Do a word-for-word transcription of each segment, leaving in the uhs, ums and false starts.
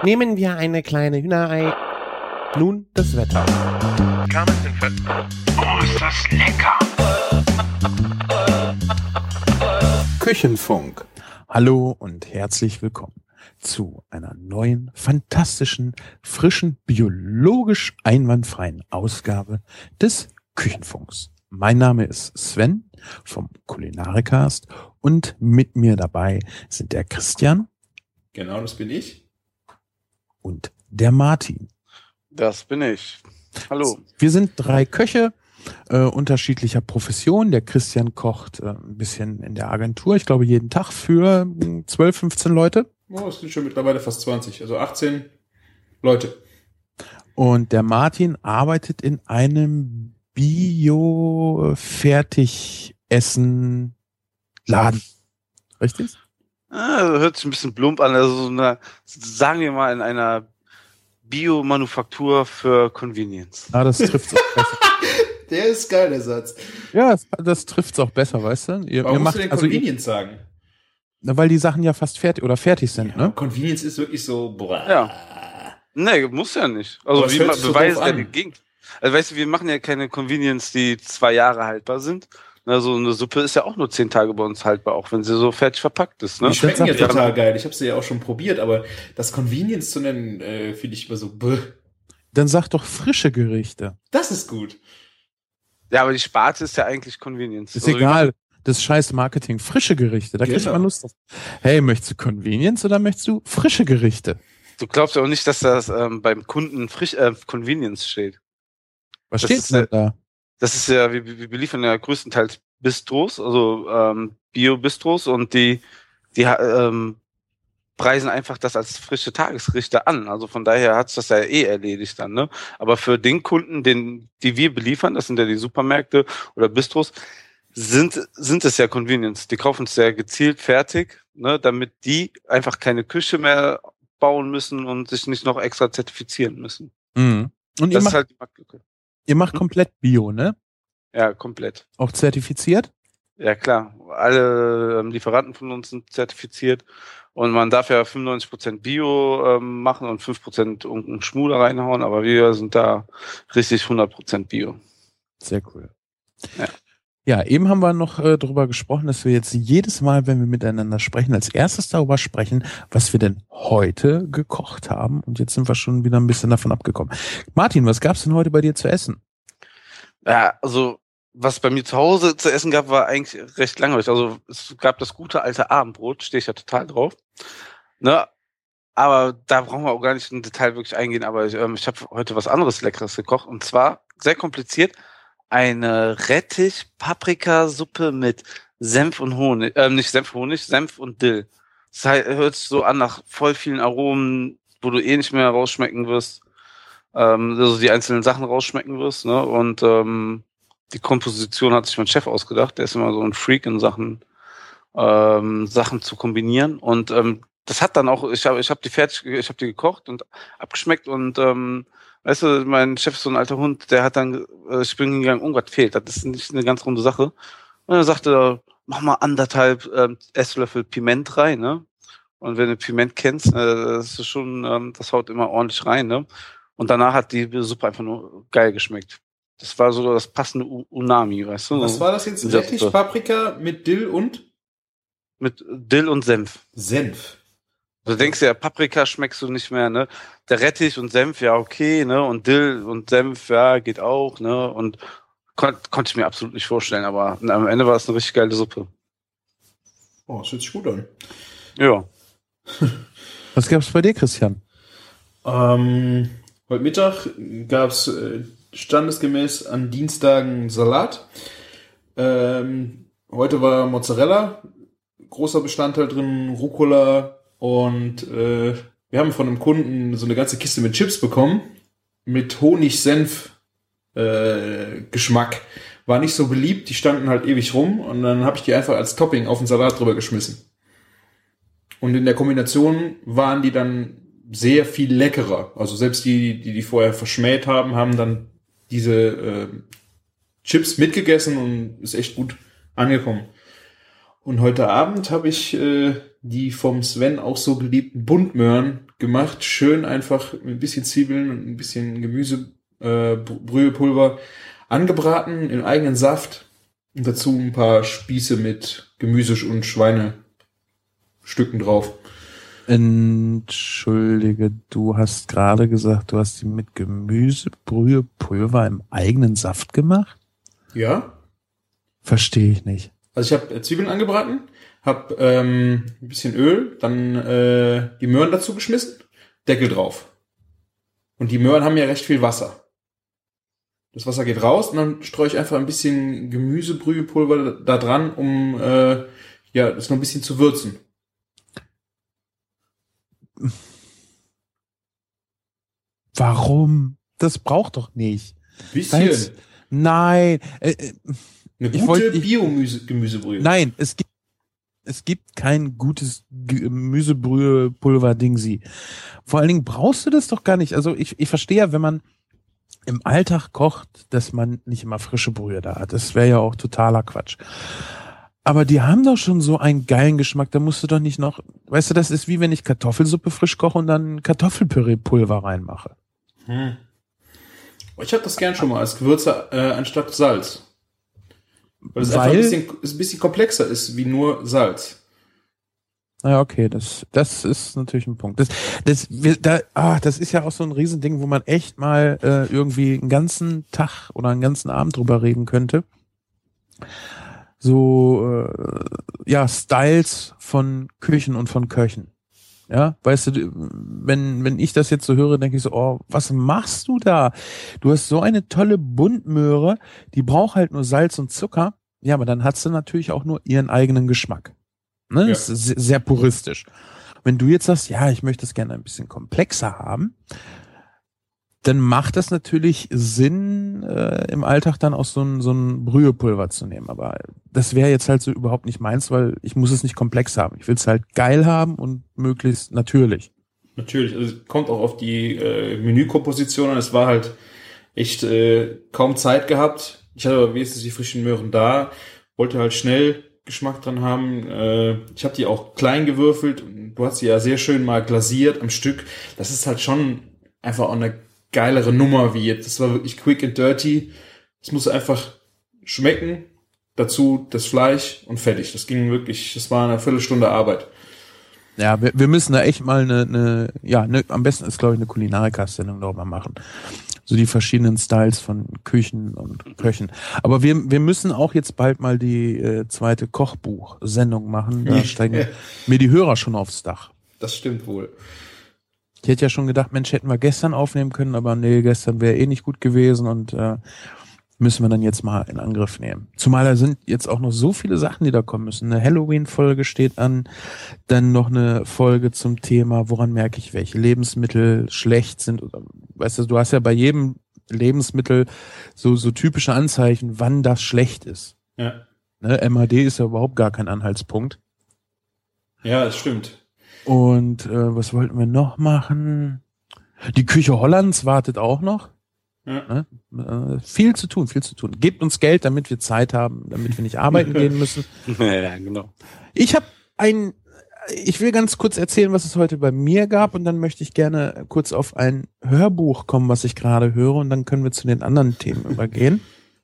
Nehmen wir eine kleine Hühnerei. Nun das Wetter. Oh, ist das lecker! Küchenfunk. Hallo und herzlich willkommen zu einer neuen, fantastischen, frischen, biologisch einwandfreien Ausgabe des Küchenfunks. Mein Name ist Sven vom Kulinarikast und mit mir dabei sind der Christian. Genau, das bin ich. Und der Martin. Das bin ich. Hallo. Wir sind drei Köche äh, unterschiedlicher Profession. Der Christian kocht äh, ein bisschen in der Agentur, ich glaube jeden Tag für zwölf, fünfzehn Leute. Oh, es sind schon mittlerweile fast zwanzig, also achtzehn Leute. Und der Martin arbeitet in einem Bio-Fertigessen-Laden. Richtig? Ah, hört sich ein bisschen plump an. Also so eine, sagen wir mal in einer Biomanufaktur für Convenience. Ah, das trifft auch besser. Der ist geil, der Satz. Ja, das, das trifft auch besser, weißt du? Ihr, Warum ihr musst macht, du denn also Convenience sagen? ihr, weil die Sachen ja fast fertig oder fertig sind, Ja, ne? Convenience ist wirklich so, boah. Ja. Nee, muss ja nicht. Also Aber es wie hört man sich so beweist doof ja an. die Gegend. Also weißt du, wir machen ja keine Convenience, die zwei Jahre haltbar sind. Also eine Suppe ist ja auch nur zehn Tage bei uns haltbar, auch wenn sie so fertig verpackt ist. Ne? Die schmecken ja sagt- total geil. Ich habe sie ja auch schon probiert, aber das Convenience zu nennen, äh, finde ich immer so, bäh. Dann sag doch frische Gerichte. Das ist gut. Ja, aber die Sparte ist ja eigentlich Convenience. Ist Also wir egal. Das ist scheiß Marketing. Frische Gerichte. Da kriegt Genau. man Lust drauf. Hey, möchtest du Convenience oder möchtest du frische Gerichte? Du glaubst ja auch nicht, dass das ähm, beim Kunden frisch äh, Convenience steht. Was Das steht ist, denn äh, da? Das ist ja, wir, wir beliefern ja größtenteils Bistros, also ähm, Bio-Bistros, und die, die ähm, preisen einfach das als frische Tagesgerichte an. Also von daher hat's das ja eh erledigt dann, ne? Aber für den Kunden, den, die wir beliefern, das sind ja die Supermärkte oder Bistros, sind, sind es ja Convenience. Die kaufen es ja gezielt fertig, ne, damit die einfach keine Küche mehr bauen müssen und sich nicht noch extra zertifizieren müssen. Mhm. Und ihr Das ist macht, halt die Marktlücke. ihr macht Hm? komplett Bio, ne? Ja, komplett. Auch zertifiziert? Ja, klar. Alle ähm, Lieferanten von uns sind zertifiziert und man darf ja fünfundneunzig Prozent Bio ähm, machen und fünf Prozent irgendeinen Schmuder reinhauen, aber wir sind da richtig hundert Prozent Bio. Sehr cool. Ja. Ja, eben haben wir noch äh, darüber gesprochen, dass wir jetzt jedes Mal, wenn wir miteinander sprechen, als erstes darüber sprechen, was wir denn heute gekocht haben. Und jetzt sind wir schon wieder ein bisschen davon abgekommen. Martin, was gab's denn heute bei dir zu essen? Ja, also was bei mir zu Hause zu essen gab, war eigentlich recht langweilig. Also es gab das gute alte Abendbrot, stehe ich ja total drauf. Ne? Aber da brauchen wir auch gar nicht im Detail wirklich eingehen. Aber ich, ähm, ich habe heute was anderes Leckeres gekocht. Und zwar, sehr kompliziert, eine Rettich-Paprikasuppe mit Senf und Honig. Ähm, nicht Senf, Honig, Senf und Dill. Das heißt, hört sich so an nach voll vielen Aromen, wo du eh nicht mehr rausschmecken wirst. Ähm, also die einzelnen Sachen rausschmecken wirst. Ne? Und ähm, die Komposition hat sich mein Chef ausgedacht. Der ist immer so ein Freak in Sachen, ähm, Sachen zu kombinieren. Und ähm, das hat dann auch, ich habe ich hab die fertig, ich habe die gekocht und abgeschmeckt und ähm, weißt du, mein Chef ist so ein alter Hund, der hat dann, äh, ich bin hingegangen, oh, was fehlt, das ist nicht eine ganz runde Sache. Und er sagte, mach mal anderthalb ähm, Esslöffel Piment rein, ne? Und wenn du Piment kennst, äh, das ist schon, ähm, das haut immer ordentlich rein, ne? Und danach hat die Suppe einfach nur geil geschmeckt. Das war so das passende U- Unami, weißt du? Was war das jetzt? Dieser Rettich, Suppe. Paprika mit Dill und Mit Dill und Senf. Senf. Du denkst ja, Paprika schmeckst du nicht mehr, ne? Der Rettich und Senf, ja, okay, ne? Und Dill und Senf, ja, geht auch, ne? Und kon konnte ich mir absolut nicht vorstellen, aber am Ende war es eine richtig geile Suppe. Oh, das hört sich gut an. Ja. Was gab's bei dir, Christian? Ähm, heute Mittag gab's äh, standesgemäß an Dienstagen Salat. Ähm, heute war Mozzarella, großer Bestandteil drin, Rucola und äh, wir haben von einem Kunden so eine ganze Kiste mit Chips bekommen, mit Honig-Senf-Geschmack. War nicht so beliebt, die standen halt ewig rum und dann habe ich die einfach als Topping auf den Salat drüber geschmissen. Und in der Kombination waren die dann sehr viel leckerer. Also selbst die, die die vorher verschmäht haben, haben dann diese äh, Chips mitgegessen und ist echt gut angekommen. Und heute Abend habe ich äh, die vom Sven auch so geliebten Buntmöhren gemacht, schön einfach mit ein bisschen Zwiebeln und ein bisschen Gemüse, äh, Brühepulver angebraten im eigenen Saft und dazu ein paar Spieße mit Gemüse und Schweinestücken drauf. Entschuldige, du hast gerade gesagt, du hast die mit Gemüsebrühepulver im eigenen Saft gemacht? Ja. Verstehe ich nicht. Also ich habe Zwiebeln angebraten, habe ähm, ein bisschen Öl, dann äh, die Möhren dazu geschmissen, Deckel drauf. Und die Möhren haben ja recht viel Wasser. Das Wasser geht raus und dann streue ich einfach ein bisschen Gemüsebrühepulver da dran, um äh, ja das noch ein bisschen zu würzen. Warum? Das braucht doch nicht. Bisschen. Salz. Nein. Äh, äh, Eine ich gute wollt- ich- Bio-Gemüsebrühe. Nein, es gibt es gibt kein gutes Gemüsebrühepulver-Ding sie. Vor allen Dingen brauchst du das doch gar nicht. Also ich, ich verstehe ja, wenn man im Alltag kocht, dass man nicht immer frische Brühe da hat. Das wäre ja auch totaler Quatsch. Aber die haben doch schon so einen geilen Geschmack, da musst du doch nicht noch, weißt du, das ist wie wenn ich Kartoffelsuppe frisch koche und dann Kartoffelpüree-Pulver reinmache. Hm. Ich habe das gern schon mal als Gewürze äh, anstatt Salz. Weil es einfach ein Weil- bisschen, es ein bisschen komplexer ist wie nur Salz. Ja, okay, das, das ist natürlich ein Punkt. Das, das, wir, da, ah, das ist ja auch so ein Riesending, wo man echt mal äh, irgendwie einen ganzen Tag oder einen ganzen Abend drüber reden könnte. So, äh, ja, Styles von Küchen und von Köchen. Ja, weißt du, wenn, wenn ich das jetzt so höre, denke ich so, oh, was machst du da? Du hast so eine tolle Buntmöhre, die braucht halt nur Salz und Zucker. Ja, aber dann hat sie natürlich auch nur ihren eigenen Geschmack. Ne? Ja. Das ist sehr, sehr puristisch. Wenn du jetzt sagst, ja, ich möchte es gerne ein bisschen komplexer haben, dann macht das natürlich Sinn, äh, im Alltag dann auch so ein, so ein Brühepulver zu nehmen. Aber das wäre jetzt halt so überhaupt nicht meins, weil ich muss es nicht komplex haben. Ich will es halt geil haben und möglichst natürlich. Natürlich, also es kommt auch auf die äh, Menükomposition an. Es war halt echt äh, kaum Zeit gehabt. Ich hatte aber wenigstens die frischen Möhren da, wollte halt schnell Geschmack dran haben. Äh, ich habe die auch klein gewürfelt. Du hast sie ja sehr schön mal glasiert am Stück. Das ist halt schon einfach auch eine geilere Nummer wie jetzt. Das war wirklich quick and dirty. Es muss einfach schmecken. Dazu das Fleisch und fertig. Das ging wirklich, das war eine Viertelstunde Arbeit. Ja, wir, wir müssen da echt mal eine, eine ja, eine, am besten ist, glaube ich, eine Kulinarika-Sendung darüber machen. So die verschiedenen Styles von Küchen und Köchen. Aber wir, wir müssen auch jetzt bald mal die äh, zweite Kochbuch-Sendung machen. Da steigen mir die Hörer schon aufs Dach. Das stimmt wohl. Ich hätte ja schon gedacht, Mensch, hätten wir gestern aufnehmen können, aber nee, gestern wäre eh nicht gut gewesen und äh, müssen wir dann jetzt mal in Angriff nehmen. Zumal da sind jetzt auch noch so viele Sachen, die da kommen müssen. Eine Halloween-Folge steht an, dann noch eine Folge zum Thema, woran merke ich, welche Lebensmittel schlecht sind. Weißt du, du hast ja bei jedem Lebensmittel so, so typische Anzeichen, wann das schlecht ist. Ja. Ne, M H D ist ja überhaupt gar kein Anhaltspunkt. Ja, das stimmt. Und äh, was wollten wir noch machen? Die Küche Hollands wartet auch noch. Ja. Ne? Äh, viel zu tun, viel zu tun. Gebt uns Geld, damit wir Zeit haben, damit wir nicht arbeiten gehen müssen. Ja, genau. Ich habe ein, ich will ganz kurz erzählen, was es heute bei mir gab und dann möchte ich gerne kurz auf ein Hörbuch kommen, was ich gerade höre und dann können wir zu den anderen Themen übergehen.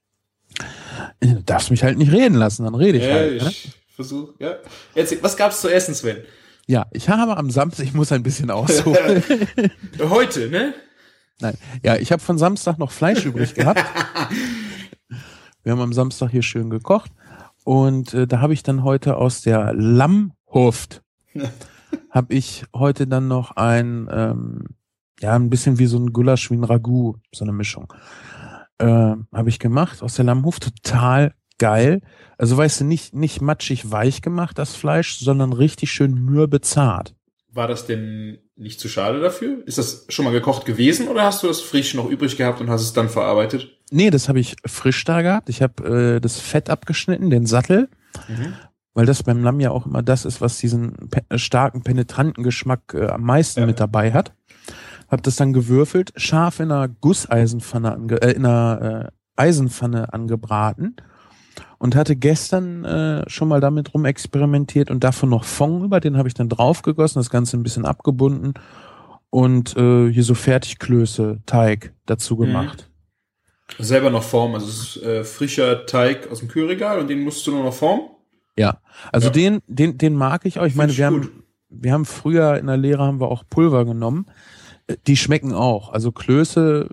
Du darfst mich halt nicht reden lassen, dann rede ich Ja, halt. ich Ne? versuche, ja. Erzähl, was gab's zu essen, Sven? Ja, ich habe am Samstag, ich muss ein bisschen ausholen. Heute, ne? Nein, ja, ich habe von Samstag noch Fleisch übrig gehabt. Wir haben am Samstag hier schön gekocht und äh, da habe ich dann heute aus der Lammhuft habe ich heute dann noch ein, ähm, ja, ein bisschen wie so ein Gulasch wie ein Ragout, so eine Mischung, äh, habe ich gemacht aus der Lammhuft, total geil. Also weißt du, nicht nicht matschig weich gemacht, das Fleisch, sondern richtig schön mürbe zart. War das denn nicht zu schade dafür? Ist das schon mal gekocht gewesen oder hast du das frisch noch übrig gehabt und hast es dann verarbeitet? Nee, das habe ich frisch da gehabt. Ich habe äh, das Fett abgeschnitten, den Sattel, Mhm. weil das beim Lamm ja auch immer das ist, was diesen pe- starken, penetranten Geschmack äh, am meisten Ja. mit dabei hat. Hab das dann gewürfelt, scharf in einer Gusseisenpfanne, ange äh, in einer äh, Eisenpfanne angebraten und hatte gestern äh, schon mal damit rumexperimentiert und davon noch Fond über, den habe ich dann draufgegossen, das Ganze ein bisschen abgebunden und äh, hier so Fertigklöße, Teig dazu gemacht. Mhm. Selber noch formen, also es ist äh, frischer Teig aus dem Kühlregal und den musst du nur noch formen? Ja, also Ja. den, den, den mag ich auch. Ich Find meine, ich wir gut. haben, wir haben früher in der Lehre haben wir auch Pulver genommen. Äh, Die schmecken auch. Also Klöße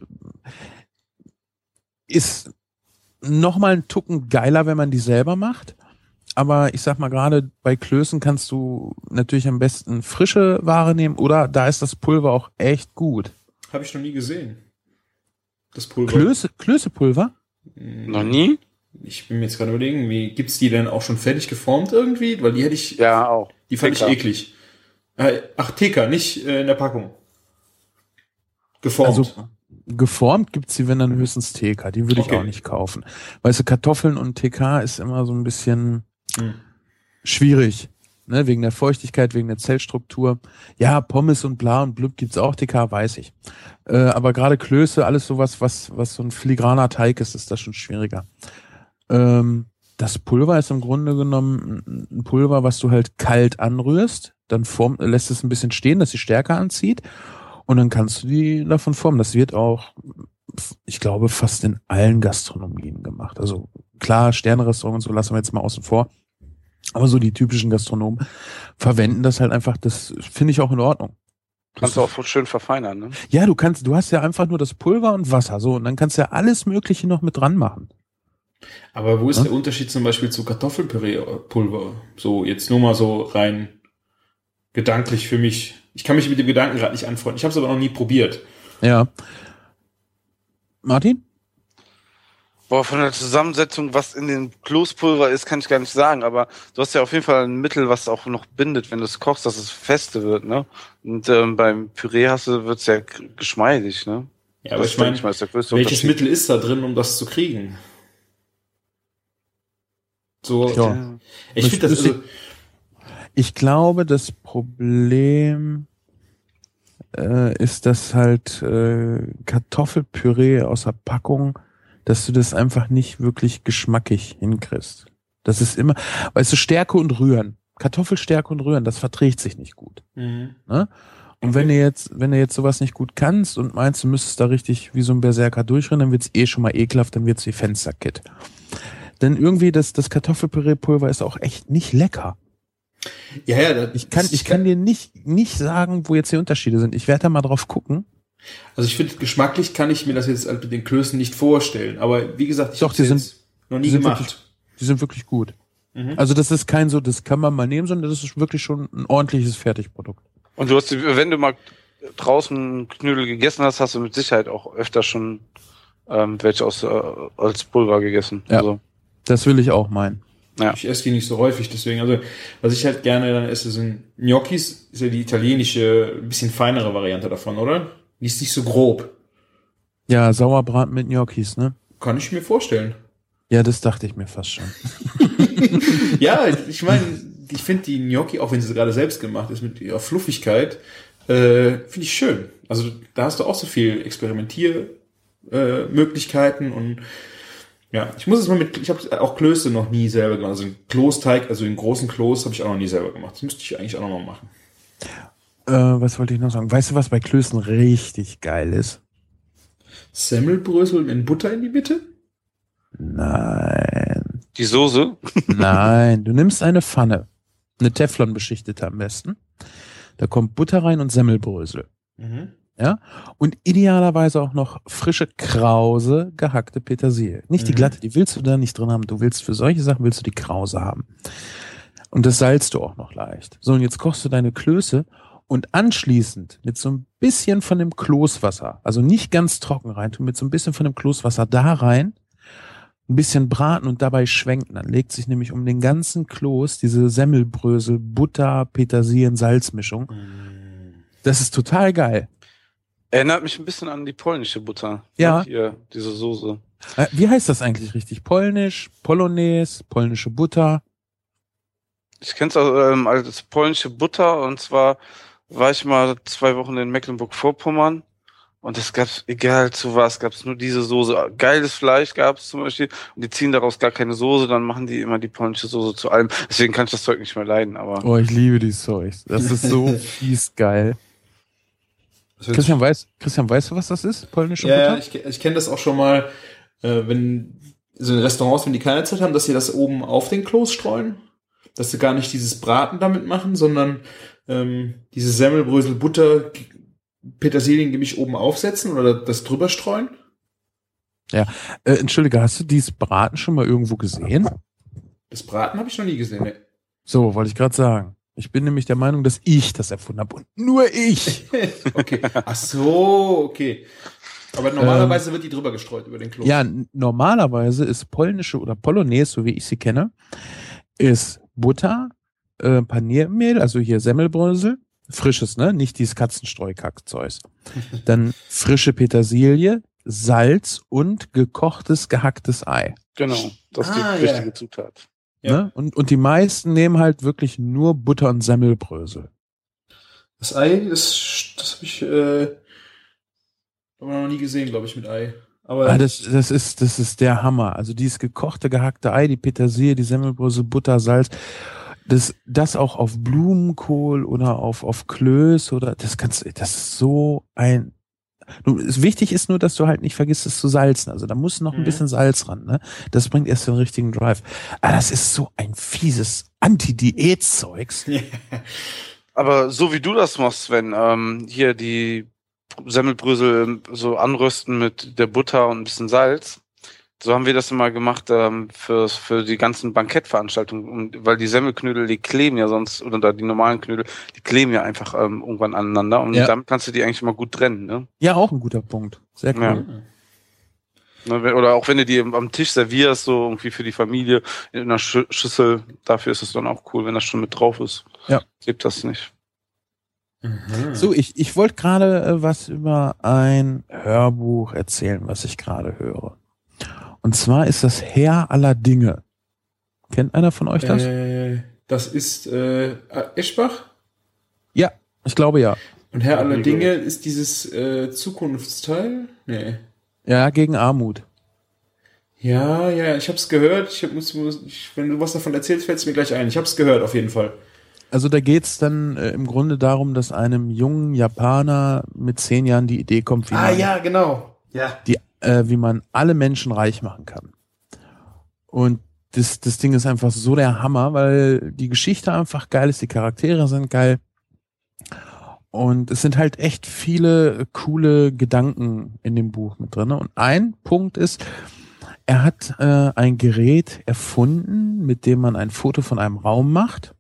ist noch mal einen Tucken geiler, wenn man die selber macht. Aber ich sag mal, gerade bei Klößen kannst du natürlich am besten frische Ware nehmen oder da ist das Pulver auch echt gut. Habe ich noch nie gesehen. Das Pulver. Klöße, Klößepulver? Noch nie? Ich bin mir jetzt gerade überlegen, wie gibt's die denn auch schon fertig geformt irgendwie? Weil die hätte ich, Ja, auch. die fand T K. ich eklig. Äh, Ach, T K, nicht äh, in der Packung. Geformt. Also geformt gibt's die, wenn dann höchstens T K. Die würde ich Okay. auch nicht kaufen. Weißt du, Kartoffeln und T K ist immer so ein bisschen Hm. schwierig. Ne? Wegen der Feuchtigkeit, wegen der Zellstruktur. Ja, Pommes und bla und blub gibt's auch T K, weiß ich. Äh, aber gerade Klöße, alles sowas, was, was so ein filigraner Teig ist, ist das schon schwieriger. Ähm, das Pulver ist im Grunde genommen ein- ein Pulver, was du halt kalt anrührst, dann form, lässt es ein bisschen stehen, dass die Stärke anzieht und dann kannst du die davon formen. Das wird auch, ich glaube, fast in allen Gastronomien gemacht. Also klar, Sterne-Restaurants und so lassen wir jetzt mal außen vor. Aber so die typischen Gastronomen verwenden das halt einfach, das finde ich auch in Ordnung. Kannst du auch voll schön verfeinern, ne? Ja, du kannst, du hast ja einfach nur das Pulver und Wasser, so, und dann kannst du ja alles Mögliche noch mit dran machen. Aber wo ist Ja? der Unterschied zum Beispiel zu Kartoffelpüree-Pulver? So, jetzt nur mal so rein gedanklich für mich. Ich kann mich mit dem Gedanken gerade nicht anfreunden. Ich habe es aber noch nie probiert. Ja. Martin? Boah, von der Zusammensetzung, was in dem Kloßpulver ist, kann ich gar nicht sagen, aber du hast ja auf jeden Fall ein Mittel, was auch noch bindet, wenn du es kochst, dass es feste wird, ne? Und ähm, beim Püree hast du, wird's ja g- geschmeidig, ne? Ja, aber Das ich denke meine, mal, ist der größte welches Unterschied. Mittel ist da drin, um das zu kriegen? So, Ja. ich finde das, also, Ich glaube, das Problem äh, ist, dass halt äh, Kartoffelpüree aus der Packung, dass du das einfach nicht wirklich geschmackig hinkriegst. Das ist immer, weißt du, Stärke und Rühren. Kartoffelstärke und Rühren, das verträgt sich nicht gut. mhm. Ne? Und wenn du jetzt, wenn du jetzt sowas nicht gut kannst und meinst, du müsstest da richtig wie so ein Berserker durchrühren, dann wird's eh schon mal ekelhaft, dann wird's wie Fensterkit. Denn irgendwie das, das Kartoffelpüree-Pulver ist auch echt nicht lecker. ja, ja, da, Ich kann, ich kann dir nicht, nicht sagen, wo jetzt die Unterschiede sind. Ich werde da mal drauf gucken. also ich finde, geschmacklich kann ich mir das jetzt halt mit den Klößen nicht vorstellen. Aber wie gesagt, ich Doch, habe die jetzt sind- noch nie die sind gemacht. wirklich- Die sind wirklich gut. Mhm. Also das ist kein so, das kann man mal nehmen, sondern das ist wirklich schon ein ordentliches Fertigprodukt. Und du hast, die- wenn du mal draußen Knödel gegessen hast, hast du mit Sicherheit auch öfter schon ähm, welche aus äh, als Pulver gegessen. Ja. Also, Das will ich auch meinen. ja. Ich esse die nicht so häufig, deswegen, also, was ich halt gerne dann esse, sind Gnocchis, ist ja die italienische, ein bisschen feinere Variante davon, oder? Die ist nicht so grob. Ja, Sauerbraten mit Gnocchis, ne? Kann ich mir vorstellen. Ja, das dachte ich mir fast schon. Ja, ich meine, ich finde die Gnocchi, auch wenn sie gerade selbst gemacht ist, mit ihrer Fluffigkeit, äh, finde ich schön. Also da hast du auch so viel Experimentiermöglichkeiten äh, Möglichkeiten und ja, ich muss es mal mit, ich habe auch Klöße noch nie selber gemacht. Also einen Kloßteig, also den großen Kloß habe ich auch noch nie selber gemacht. Das müsste ich eigentlich auch noch mal machen. Äh, was wollte ich noch sagen? Weißt du, was bei Klößen richtig geil ist? Semmelbrösel in Butter in die Mitte? Nein. Die Soße. Nein, du nimmst eine Pfanne, eine Teflon-beschichtete am besten. Da kommt Butter rein und Semmelbrösel. Mhm. Ja? Und idealerweise auch noch frische, krause, gehackte Petersilie. Nicht die Mhm. glatte, die willst du da nicht drin haben. Du willst für solche Sachen willst du die krause haben. Und das salzt du auch noch leicht. So, und jetzt kochst du deine Klöße und anschließend mit so ein bisschen von dem Kloßwasser, also nicht ganz trocken rein, tu mit so ein bisschen von dem Kloßwasser da rein, ein bisschen braten und dabei schwenken. Dann legt sich nämlich um den ganzen Kloß diese Semmelbrösel, Butter, Petersilien, Salzmischung. Das ist total geil. Erinnert mich ein bisschen an die polnische Butter. Ja. Hier, diese Soße. Äh, Wie heißt das eigentlich richtig? Polnisch, Polonaise, polnische Butter. Ich kenne es ähm, als polnische Butter, und zwar war ich mal zwei Wochen in Mecklenburg-Vorpommern und es gab's, egal zu was, gab's nur diese Soße. Geiles Fleisch gab's zum Beispiel und die ziehen daraus gar keine Soße, dann machen die immer die polnische Soße zu allem. Deswegen kann ich das Zeug nicht mehr leiden, aber Oh, ich liebe die Zeugs. Das ist so fies geil. Christian weiß, Christian, weißt du, was das ist? Polnische ja, Butter? ich, ich kenne das auch schon mal, äh, wenn so in Restaurants, wenn die keine Zeit haben, dass sie das oben auf den Kloß streuen, dass sie gar nicht dieses Braten damit machen, sondern ähm, diese Semmelbrösel, Butter, Petersiliengemisch oben aufsetzen oder das drüber streuen. Ja, äh, entschuldige, hast du dieses Braten schon mal irgendwo gesehen? Das Braten habe ich noch nie gesehen. Ne? So, wollte ich gerade sagen. Ich bin nämlich der Meinung, dass ich das erfunden habe und nur ich. Okay. Ach so, okay. Aber normalerweise ähm, wird die drüber gestreut über den Kloß. Ja, n- normalerweise ist polnische oder Polonaise, so wie ich sie kenne, ist Butter, äh, Paniermehl, also hier Semmelbrösel, frisches, ne, nicht dieses Katzenstreukackzeugs. Dann frische Petersilie, Salz und gekochtes, gehacktes Ei. Genau, das ist Ah, die ja. richtige Zutat. Ja. Ne? Und, und die meisten nehmen halt wirklich nur Butter und Semmelbrösel. Das Ei, das, das habe ich äh, hab ich noch nie gesehen, glaube ich, mit Ei. Aber Ah, das, das ist, das ist der Hammer. Also dieses gekochte, gehackte Ei, die Petersilie, die Semmelbrösel, Butter, Salz, das, das auch auf Blumenkohl oder auf, auf Klöß oder, das kannst du, das ist so ein, du, es, wichtig ist nur, dass du halt nicht vergisst, es zu salzen. Also da muss noch ein Mhm. bisschen Salz ran, ne? Das bringt erst den richtigen Drive. Aber das ist so ein fieses Anti-Diät-Zeugs. Aber so wie du das machst, Sven, ähm, hier die Semmelbrösel so anrösten mit der Butter und ein bisschen Salz. So haben wir das immer gemacht ähm, für, für die ganzen Bankettveranstaltungen, und, weil die Semmelknödel, die kleben ja sonst, oder die normalen Knödel, die kleben ja einfach ähm, irgendwann aneinander und Ja. damit kannst du die eigentlich immer gut trennen, ne? Ja, auch ein guter Punkt. Sehr cool. Ja. Ne, wenn- Oder auch wenn du die am Tisch servierst, so irgendwie für die Familie in einer Schü- Schüssel, dafür ist es dann auch cool, wenn das schon mit drauf ist. Ja. Klebt das nicht. Mhm. So, ich, ich wollte gerade äh, was über ein Hörbuch erzählen, was ich gerade höre. Und zwar ist das Herr aller Dinge. Kennt einer von euch das? Äh, das ist äh, Eschbach. Ja, ich glaube ja. Und Herr aller Nie Dinge gehört. ist dieses äh, Zukunftsteil? Nee. Ja, gegen Armut. Ja, ja, ich hab's gehört. Ich hab, muss, muss, ich, wenn du was davon erzählst, fällt's mir gleich ein. Ich hab's gehört, auf jeden Fall. Also da geht's dann äh, im Grunde darum, dass einem jungen Japaner mit zehn Jahren die Idee kommt, wie Ah, man ja, genau. Ja. die, äh, wie man alle Menschen reich machen kann. Und das, das Ding ist einfach so der Hammer, weil die Geschichte einfach geil ist, die Charaktere sind geil. Und es sind halt echt viele coole Gedanken in dem Buch mit drin. Und ein Punkt ist, er hat äh, ein Gerät erfunden, mit dem man ein Foto von einem Raum macht.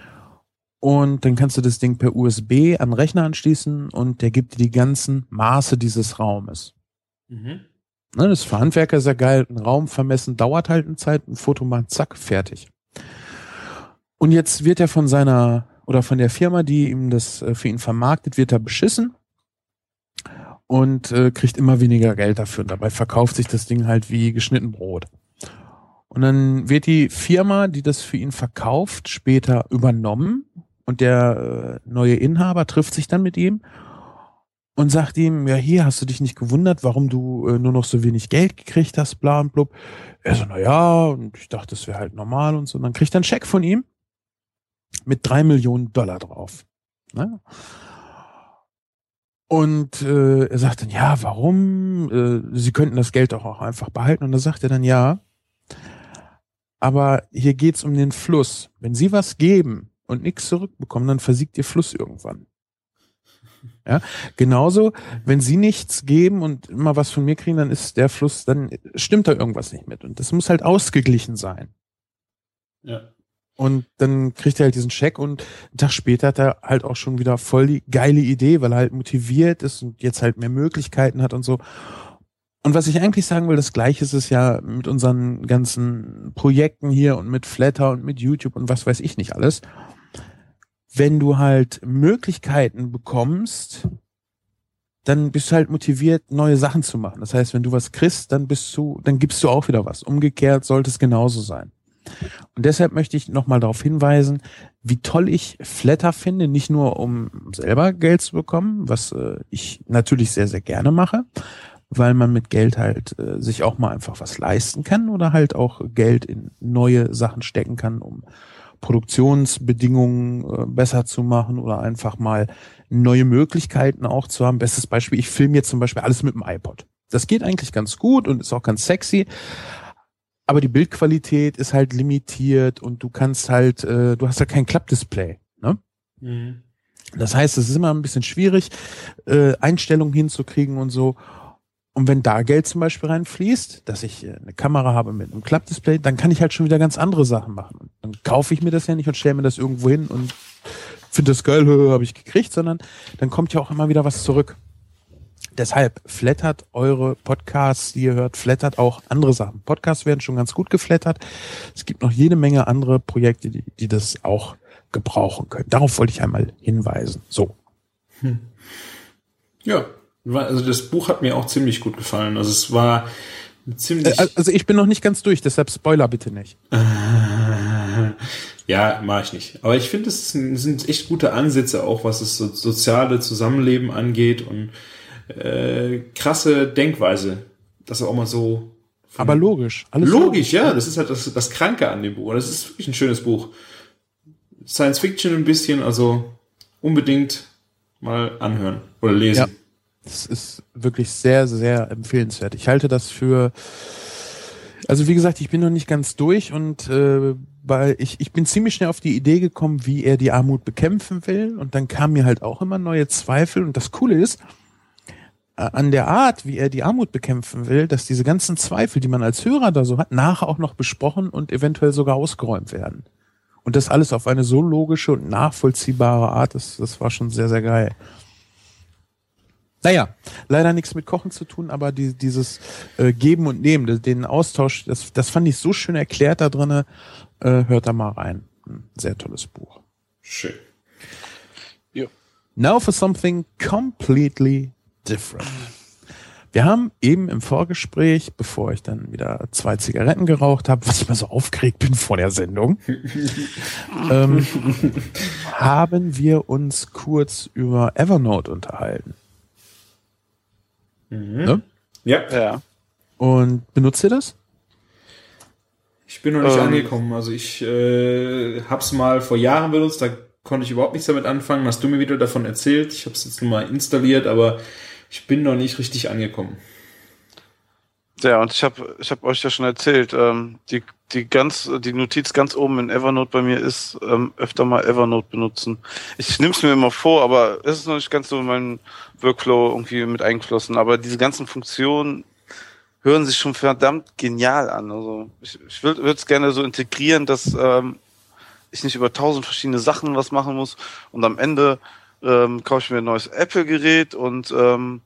Und dann kannst du das Ding per U S B an den Rechner anschließen und der gibt dir die ganzen Maße dieses Raumes. Mhm. Ne, das ist für Handwerker sehr geil. Ein Raum vermessen dauert halt eine Zeit, ein Foto machen, zack, fertig. Und jetzt wird er von seiner oder von der Firma, die ihm das äh, für ihn vermarktet, wird er beschissen und äh, kriegt immer weniger Geld dafür. Und dabei verkauft sich das Ding halt wie geschnitten Brot. Und dann wird die Firma, die das für ihn verkauft, später übernommen und der äh, neue Inhaber trifft sich dann mit ihm und sagt ihm, ja, hier hast du dich nicht gewundert, warum du äh, nur noch so wenig Geld gekriegt hast, bla und blub. Er so, na ja, und ich dachte, das wäre halt normal und so. Und dann kriegt er einen Scheck von ihm mit drei Millionen Dollar drauf. Ne? Und äh, er sagt dann, ja, warum? Äh, Sie könnten das Geld doch auch einfach behalten. Und da sagt er dann, ja, aber hier geht's um den Fluss. Wenn Sie was geben und nichts zurückbekommen, dann versiegt Ihr Fluss irgendwann. Ja, genauso, wenn Sie nichts geben und immer was von mir kriegen, dann ist der Fluss, dann stimmt da irgendwas nicht mit. Und das muss halt ausgeglichen sein. Ja. Und dann kriegt er halt diesen Scheck und einen Tag später hat er halt auch schon wieder voll die geile Idee, weil er halt motiviert ist und jetzt halt mehr Möglichkeiten hat und so. Und was ich eigentlich sagen will, das Gleiche ist es ja mit unseren ganzen Projekten hier und mit Flatter und mit YouTube und was weiß ich nicht alles. Wenn du halt Möglichkeiten bekommst, dann bist du halt motiviert, neue Sachen zu machen. Das heißt, wenn du was kriegst, dann bist du, dann gibst du auch wieder was. Umgekehrt sollte es genauso sein. Und deshalb möchte ich nochmal darauf hinweisen, wie toll ich Flatter finde, nicht nur um selber Geld zu bekommen, was äh, ich natürlich sehr, sehr gerne mache, weil man mit Geld halt äh, sich auch mal einfach was leisten kann oder halt auch Geld in neue Sachen stecken kann, um Produktionsbedingungen äh, besser zu machen oder einfach mal neue Möglichkeiten auch zu haben. Bestes Beispiel, ich filme jetzt zum Beispiel alles mit dem iPod. Das geht eigentlich ganz gut und ist auch ganz sexy, aber die Bildqualität ist halt limitiert und du kannst halt, äh, du hast ja kein Klappdisplay, ne? Mhm. Das heißt, es ist immer ein bisschen schwierig, äh, Einstellungen hinzukriegen und so. Und wenn da Geld zum Beispiel reinfließt, dass ich eine Kamera habe mit einem Klappdisplay, dann kann ich halt schon wieder ganz andere Sachen machen. Und dann kaufe ich mir das ja nicht und stelle mir das irgendwo hin und finde das geil, habe ich gekriegt, sondern dann kommt ja auch immer wieder was zurück. Deshalb flattert eure Podcasts, die ihr hört, flattert auch andere Sachen. Podcasts werden schon ganz gut geflattert. Es gibt noch jede Menge andere Projekte, die, die das auch gebrauchen können. Darauf wollte ich einmal hinweisen. So. Hm. Ja. Also das Buch hat mir auch ziemlich gut gefallen. Also es war ziemlich... Also ich bin noch nicht ganz durch, deshalb Spoiler bitte nicht. Ja, mache ich nicht. Aber ich finde, es sind echt gute Ansätze auch, was das so soziale Zusammenleben angeht und äh, krasse Denkweise. Das ist auch mal so... Aber logisch. Alles logisch, logisch, ja. Das ist halt das, das Kranke an dem Buch. Das ist wirklich ein schönes Buch. Science Fiction ein bisschen, also unbedingt mal anhören oder lesen. Ja. Das ist wirklich sehr, sehr empfehlenswert. Ich halte das für, also wie gesagt, ich bin noch nicht ganz durch und äh, weil ich, ich bin ziemlich schnell auf die Idee gekommen, wie er die Armut bekämpfen will und dann kamen mir halt auch immer neue Zweifel und das Coole ist, äh, an der Art, wie er die Armut bekämpfen will, dass diese ganzen Zweifel, die man als Hörer da so hat, nachher auch noch besprochen und eventuell sogar ausgeräumt werden. Und das alles auf eine so logische und nachvollziehbare Art, das, das war schon sehr, sehr geil. Naja, leider nichts mit Kochen zu tun, aber die, dieses äh, Geben und Nehmen, den Austausch, das, das fand ich so schön erklärt da drinne. Äh, hört da mal rein. Ein sehr tolles Buch. Schön. Jo. Now for something completely different. Wir haben eben im Vorgespräch, bevor ich dann wieder zwei Zigaretten geraucht habe, was ich mal so aufgeregt bin vor der Sendung, ähm, haben wir uns kurz über Evernote unterhalten. Mhm. Ne? Ja. Ja. Und benutzt ihr das? Ich bin noch nicht Ähm. angekommen. Also ich äh, hab's mal vor Jahren benutzt, da konnte ich überhaupt nichts damit anfangen. Hast du mir wieder davon erzählt? Ich habe es jetzt nur mal installiert, aber ich bin noch nicht richtig angekommen. Ja, und ich habe ich hab euch ja schon erzählt, ähm, die, die, ganz, die Notiz ganz oben in Evernote bei mir ist, ähm, öfter mal Evernote benutzen. Ich nehme es mir immer vor, aber es ist noch nicht ganz so in meinen Workflow irgendwie mit eingeflossen. Aber diese ganzen Funktionen hören sich schon verdammt genial an. Also ich, ich würde es gerne so integrieren, dass ähm, ich nicht über tausend verschiedene Sachen was machen muss und am Ende ähm, kaufe ich mir ein neues Apple-Gerät und ähm,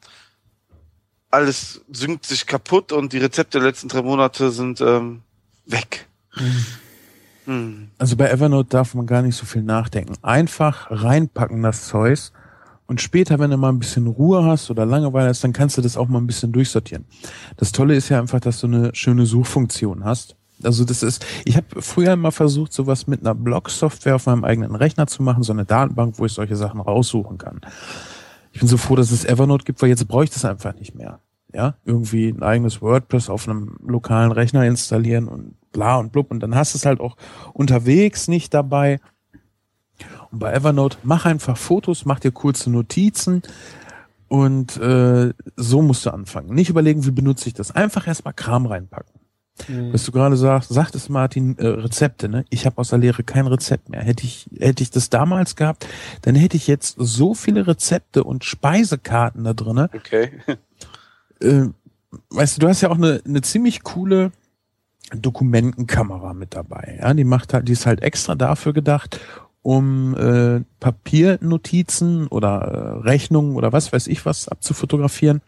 alles synkt sich kaputt und die Rezepte der letzten drei Monate sind ähm, weg. Mhm. Hm. Also bei Evernote darf man gar nicht so viel nachdenken. Einfach reinpacken das Zeugs und später, wenn du mal ein bisschen Ruhe hast oder Langeweile hast, dann kannst du das auch mal ein bisschen durchsortieren. Das Tolle ist ja einfach, dass du eine schöne Suchfunktion hast. Also das ist, ich habe früher immer versucht, sowas mit einer Blog-Software auf meinem eigenen Rechner zu machen, so eine Datenbank, wo ich solche Sachen raussuchen kann. Ich bin so froh, dass es Evernote gibt, weil jetzt brauche ich das einfach nicht mehr. Ja, irgendwie ein eigenes WordPress auf einem lokalen Rechner installieren und bla und blub und dann hast du es halt auch unterwegs nicht dabei. Und bei Evernote mach einfach Fotos, mach dir kurze Notizen und äh, so musst du anfangen. Nicht überlegen, wie benutze ich das. Einfach erstmal Kram reinpacken. Mhm. Was du gerade sagst, sagtest Martin, äh, Rezepte, ne? Ich habe aus der Lehre kein Rezept mehr. Hätte ich, hätte ich das damals gehabt, dann hätte ich jetzt so viele Rezepte und Speisekarten da drinne. Okay. Äh, weißt du, du hast ja auch eine, eine ziemlich coole Dokumentenkamera mit dabei. Ja, die macht halt, die ist halt extra dafür gedacht, um äh, Papiernotizen oder äh, Rechnungen oder was weiß ich was abzufotografieren.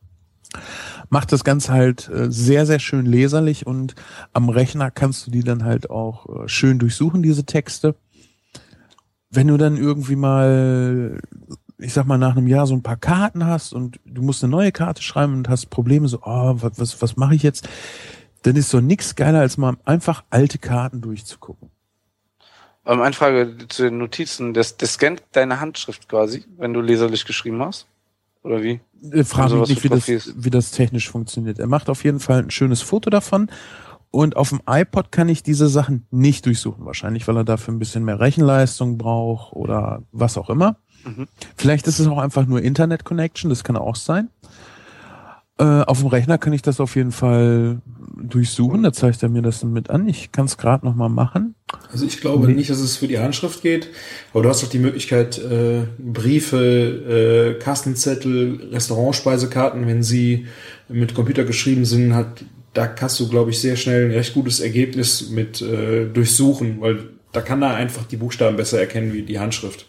Macht das Ganze halt äh, sehr, sehr schön leserlich und am Rechner kannst du die dann halt auch äh, schön durchsuchen, diese Texte. Wenn du dann irgendwie mal, ich sag mal, nach einem Jahr so ein paar Karten hast und du musst eine neue Karte schreiben und hast Probleme, so, oh, was, was, was mache ich jetzt? Dann ist so nix geiler, als mal einfach alte Karten durchzugucken. Ähm, eine Frage zu den Notizen. Das, das scannt deine Handschrift quasi, wenn du leserlich geschrieben hast? Oder wie? Frage mich nicht, wie das, wie das technisch funktioniert. Er macht auf jeden Fall ein schönes Foto davon Und auf dem iPod kann ich diese Sachen nicht durchsuchen. Wahrscheinlich, weil er dafür ein bisschen mehr Rechenleistung braucht oder was auch immer. Mhm. Vielleicht ist es auch einfach nur Internet-Connection, das kann auch sein. Äh, auf dem Rechner kann ich das auf jeden Fall durchsuchen, da zeigt er mir das mit an. Ich kann es gerade nochmal machen. Also ich glaube nee. nicht, dass es für die Handschrift geht, aber du hast doch die Möglichkeit, äh, Briefe, äh, Kassenzettel, Restaurantspeisekarten, wenn sie mit Computer geschrieben sind, hat, da hast du, glaube ich, sehr schnell ein recht gutes Ergebnis mit äh, durchsuchen, weil da kann er einfach die Buchstaben besser erkennen wie die Handschrift.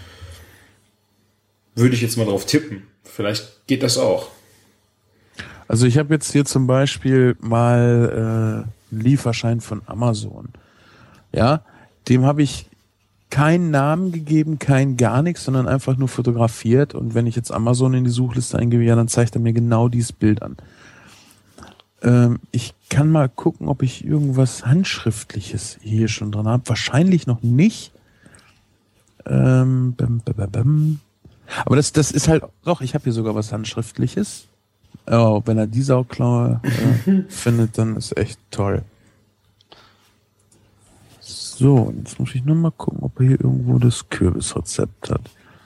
Würde ich jetzt mal drauf tippen. Vielleicht geht das auch. Also ich habe jetzt hier zum Beispiel mal äh, einen Lieferschein von Amazon. Ja, dem habe ich keinen Namen gegeben, kein gar nichts, sondern einfach nur fotografiert. Und wenn ich jetzt Amazon in die Suchliste eingebe, ja, dann zeigt er mir genau dieses Bild an. Ähm, ich kann mal gucken, ob ich irgendwas Handschriftliches hier schon dran habe. Wahrscheinlich noch nicht. Ähm, bam, bam, bam. Aber das, das ist halt, doch, ich habe hier sogar was Handschriftliches. Oh, wenn er die Sauklaue äh, findet, dann ist echt toll. So, jetzt muss ich nur mal gucken, ob er hier irgendwo das Kürbisrezept hat.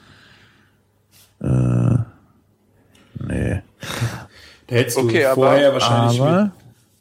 Äh, nee. Da hättest du okay, vorher aber, wahrscheinlich aber, mit.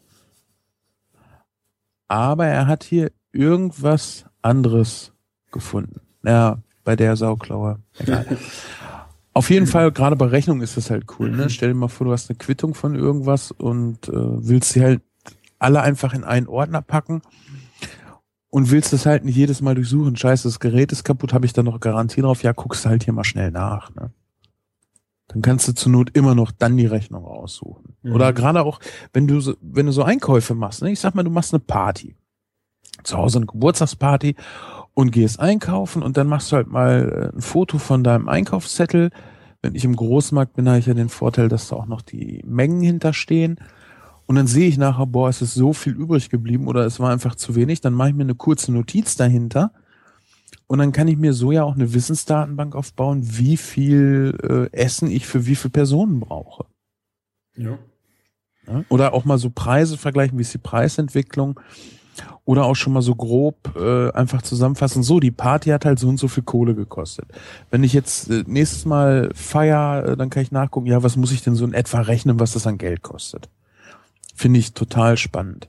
aber er hat hier irgendwas anderes gefunden. Ja, bei der Sauklaue. Egal. Auf jeden Fall, gerade bei Rechnung ist das halt cool. Ne? Stell dir mal vor, du hast eine Quittung von irgendwas und äh, willst sie halt alle einfach in einen Ordner packen und willst das halt nicht jedes Mal durchsuchen. Scheiße, das Gerät ist kaputt, habe ich da noch Garantie drauf? Ja, guckst halt hier mal schnell nach. Ne? Dann kannst du zur Not immer noch dann die Rechnung raussuchen. Mhm. Oder gerade auch, wenn du so, wenn du so Einkäufe machst. Ne? Ich sag mal, du machst eine Party. Zu Hause eine Geburtstagsparty und gehst einkaufen und dann machst du halt mal ein Foto von deinem Einkaufszettel. Wenn ich im Großmarkt bin, habe ich ja den Vorteil, dass da auch noch die Mengen hinterstehen. Und dann sehe ich nachher, boah, es ist so viel übrig geblieben oder es war einfach zu wenig. Dann mache ich mir eine kurze Notiz dahinter und dann kann ich mir so ja auch eine Wissensdatenbank aufbauen, wie viel äh, Essen ich für wie viele Personen brauche. Ja. Ja? Oder auch mal so Preise vergleichen, wie ist die Preisentwicklung. Oder auch schon mal so grob äh, einfach zusammenfassen, so, die Party hat halt so und so viel Kohle gekostet. Wenn ich jetzt äh, nächstes Mal feier, äh, dann kann ich nachgucken, ja, was muss ich denn so in etwa rechnen, was das an Geld kostet. Finde ich total spannend.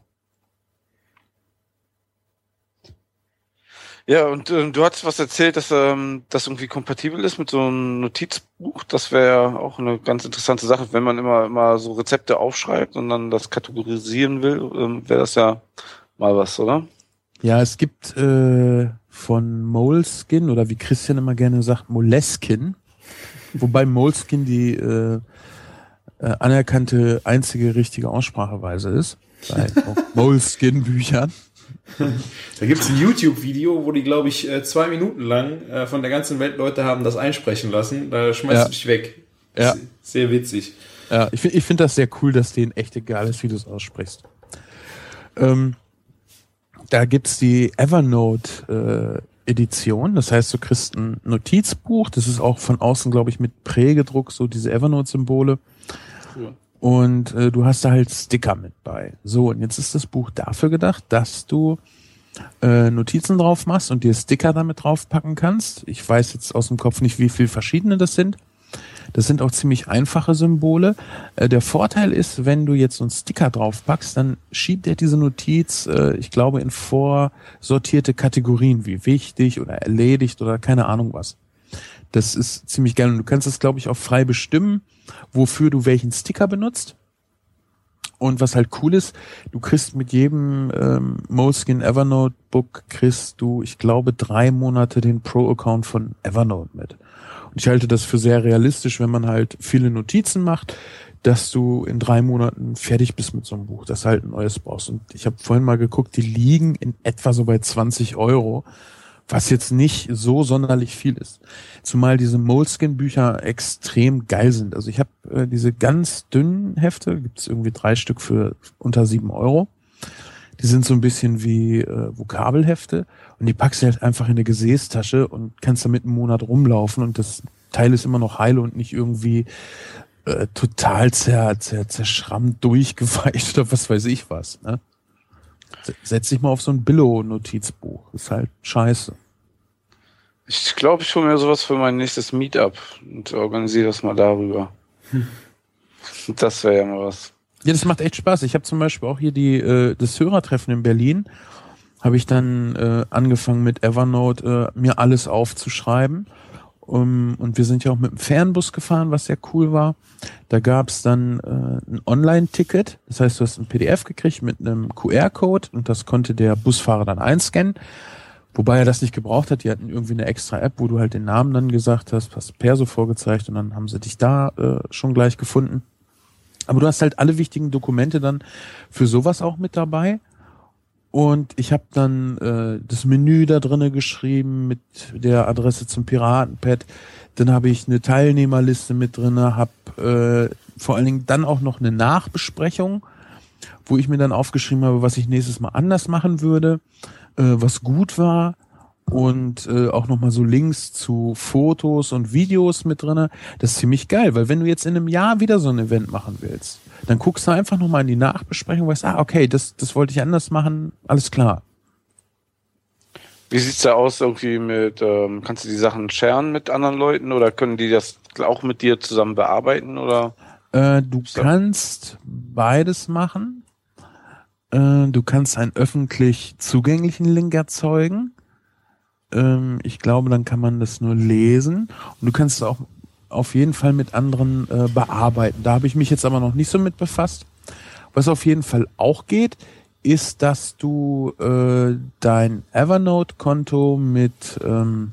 Ja, und äh, du hattest was erzählt, dass ähm, das irgendwie kompatibel ist mit so einem Notizbuch. Das wäre auch eine ganz interessante Sache, wenn man immer, immer so Rezepte aufschreibt und dann das kategorisieren will, ähm, wäre das ja mal was, oder? Ja, es gibt äh, von Moleskine oder wie Christian immer gerne sagt, Moleskine, wobei Moleskine die äh, äh, anerkannte einzige richtige Ausspracheweise ist, bei Moleskine-Büchern. Da gibt's ein YouTube-Video, wo die, glaube ich, zwei Minuten lang äh, von der ganzen Welt Leute haben das einsprechen lassen. Da schmeißt ja. du dich weg. Ja. Sehr witzig. Ja, ich finde ich find das sehr cool, dass denen echt egal ist, wie du es aussprichst. Ähm, Da gibt's die Evernote äh, Edition, das heißt, du kriegst ein Notizbuch, das ist auch von außen, glaube ich, mit Prägedruck, so diese Evernote-Symbole. Ja. Und äh, du hast da halt Sticker mit bei. So, und jetzt ist das Buch dafür gedacht, dass du äh, Notizen drauf machst und dir Sticker damit draufpacken kannst. Ich weiß jetzt aus dem Kopf nicht, wie viel verschiedene das sind. Das sind auch ziemlich einfache Symbole. Äh, der Vorteil ist, wenn du jetzt so einen Sticker draufpackst, dann schiebt er diese Notiz, äh, ich glaube, in vorsortierte Kategorien, wie wichtig oder erledigt oder keine Ahnung was. Das ist ziemlich geil. Und du kannst es, glaube ich, auch frei bestimmen, wofür du welchen Sticker benutzt. Und was halt cool ist, du kriegst mit jedem ähm, Moleskine Evernote Book kriegst du, ich glaube, drei Monate den Pro-Account von Evernote mit. Und ich halte das für sehr realistisch, wenn man halt viele Notizen macht, dass du in drei Monaten fertig bist mit so einem Buch, dass du halt ein neues brauchst. Und ich habe vorhin mal geguckt, die liegen in etwa so bei zwanzig Euro, was jetzt nicht so sonderlich viel ist. Zumal diese Moleskine-Bücher extrem geil sind. Also ich habe äh, diese ganz dünnen Hefte, gibt's irgendwie drei Stück für unter sieben Euro. Die sind so ein bisschen wie äh, Vokabelhefte und die packst du halt einfach in eine Gesäßtasche und kannst damit einen Monat rumlaufen und das Teil ist immer noch heile und nicht irgendwie äh, total zer, zer, zerschrammt, durchgeweicht oder was weiß ich was. Ne? Setz dich mal auf so ein Billo-Notizbuch. Ist halt scheiße. Ich glaube, ich hole mir sowas für mein nächstes Meetup und organisiere das mal darüber. Hm. Das wäre ja mal was. Ja, das macht echt Spaß. Ich habe zum Beispiel auch hier die äh, das Hörertreffen in Berlin. Habe ich dann äh, angefangen mit Evernote äh, mir alles aufzuschreiben. Um, und wir sind ja auch mit dem Fernbus gefahren, was sehr cool war. Da gab's dann äh, ein Online-Ticket. Das heißt, du hast ein P D F gekriegt mit einem Q R-Code und das konnte der Busfahrer dann einscannen. Wobei er das nicht gebraucht hat. Die hatten irgendwie eine extra App, wo du halt den Namen dann gesagt hast, hast Perso vorgezeigt und dann haben sie dich da äh, schon gleich gefunden. Aber du hast halt alle wichtigen Dokumente dann für sowas auch mit dabei. Und ich habe dann äh, das Menü da drinne geschrieben mit der Adresse zum Piratenpad. Dann habe ich eine Teilnehmerliste mit drinne, habe äh, vor allen Dingen dann auch noch eine Nachbesprechung, wo ich mir dann aufgeschrieben habe, was ich nächstes Mal anders machen würde, äh, was gut war und äh, auch nochmal so Links zu Fotos und Videos mit drinne. Das ist ziemlich geil, weil wenn du jetzt in einem Jahr wieder so ein Event machen willst, dann guckst du einfach nochmal in die Nachbesprechung und weißt, ah, okay, das, das wollte ich anders machen, alles klar. Wie sieht's da aus irgendwie mit, ähm, kannst du die Sachen sharen mit anderen Leuten oder können die das auch mit dir zusammen bearbeiten oder? Äh, du kannst beides machen. Äh, du kannst einen öffentlich zugänglichen Link erzeugen. Ähm, ich glaube, dann kann man das nur lesen. Und du kannst es auch auf jeden Fall mit anderen äh, bearbeiten. Da habe ich mich jetzt aber noch nicht so mit befasst. Was auf jeden Fall auch geht, ist, dass du äh, dein Evernote-Konto mit ähm,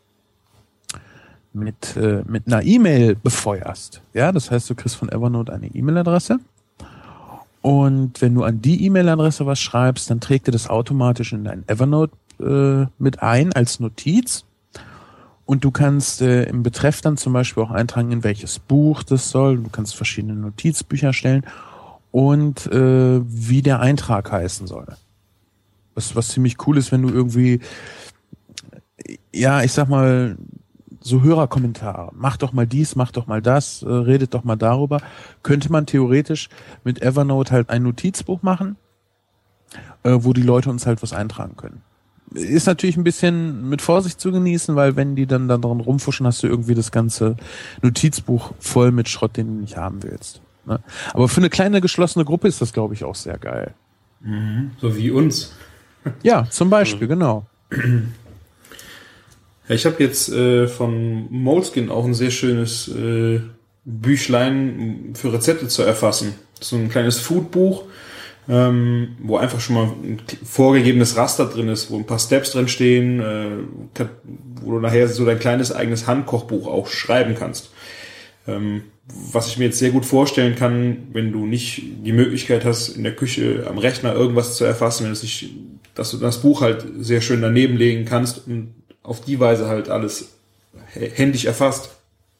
mit äh, mit einer E-Mail befeuerst. Ja, das heißt, du kriegst von Evernote eine E-Mail-Adresse und wenn du an die E-Mail-Adresse was schreibst, dann trägt er das automatisch in dein Evernote äh, mit ein als Notiz. Und du kannst äh, im Betreff dann zum Beispiel auch eintragen, in welches Buch das soll. Du kannst verschiedene Notizbücher stellen und äh, wie der Eintrag heißen soll. Was, was ziemlich cool ist, wenn du irgendwie, ja, ich sag mal, so Hörerkommentare, mach doch mal dies, mach doch mal das, äh, redet doch mal darüber, könnte man theoretisch mit Evernote halt ein Notizbuch machen, äh, wo die Leute uns halt was eintragen können. Ist natürlich ein bisschen mit Vorsicht zu genießen, weil wenn die dann da dran rumfuschen, hast du irgendwie das ganze Notizbuch voll mit Schrott, den du nicht haben willst. Ne? Aber für eine kleine geschlossene Gruppe ist das, glaube ich, auch sehr geil. Mhm, so wie uns. Ja, zum Beispiel, genau. Ja, ich habe jetzt äh, von Moleskine auch ein sehr schönes äh, Büchlein für Rezepte zu erfassen. So ein kleines Foodbuch, ähm, wo einfach schon mal ein vorgegebenes Raster drin ist, wo ein paar Steps drin stehen, äh, wo du nachher so dein kleines eigenes Handkochbuch auch schreiben kannst. Ähm, was ich mir jetzt sehr gut vorstellen kann, wenn du nicht die Möglichkeit hast, in der Küche am Rechner irgendwas zu erfassen, wenn es nicht, dass du das Buch halt sehr schön daneben legen kannst und auf die Weise halt alles händisch erfasst.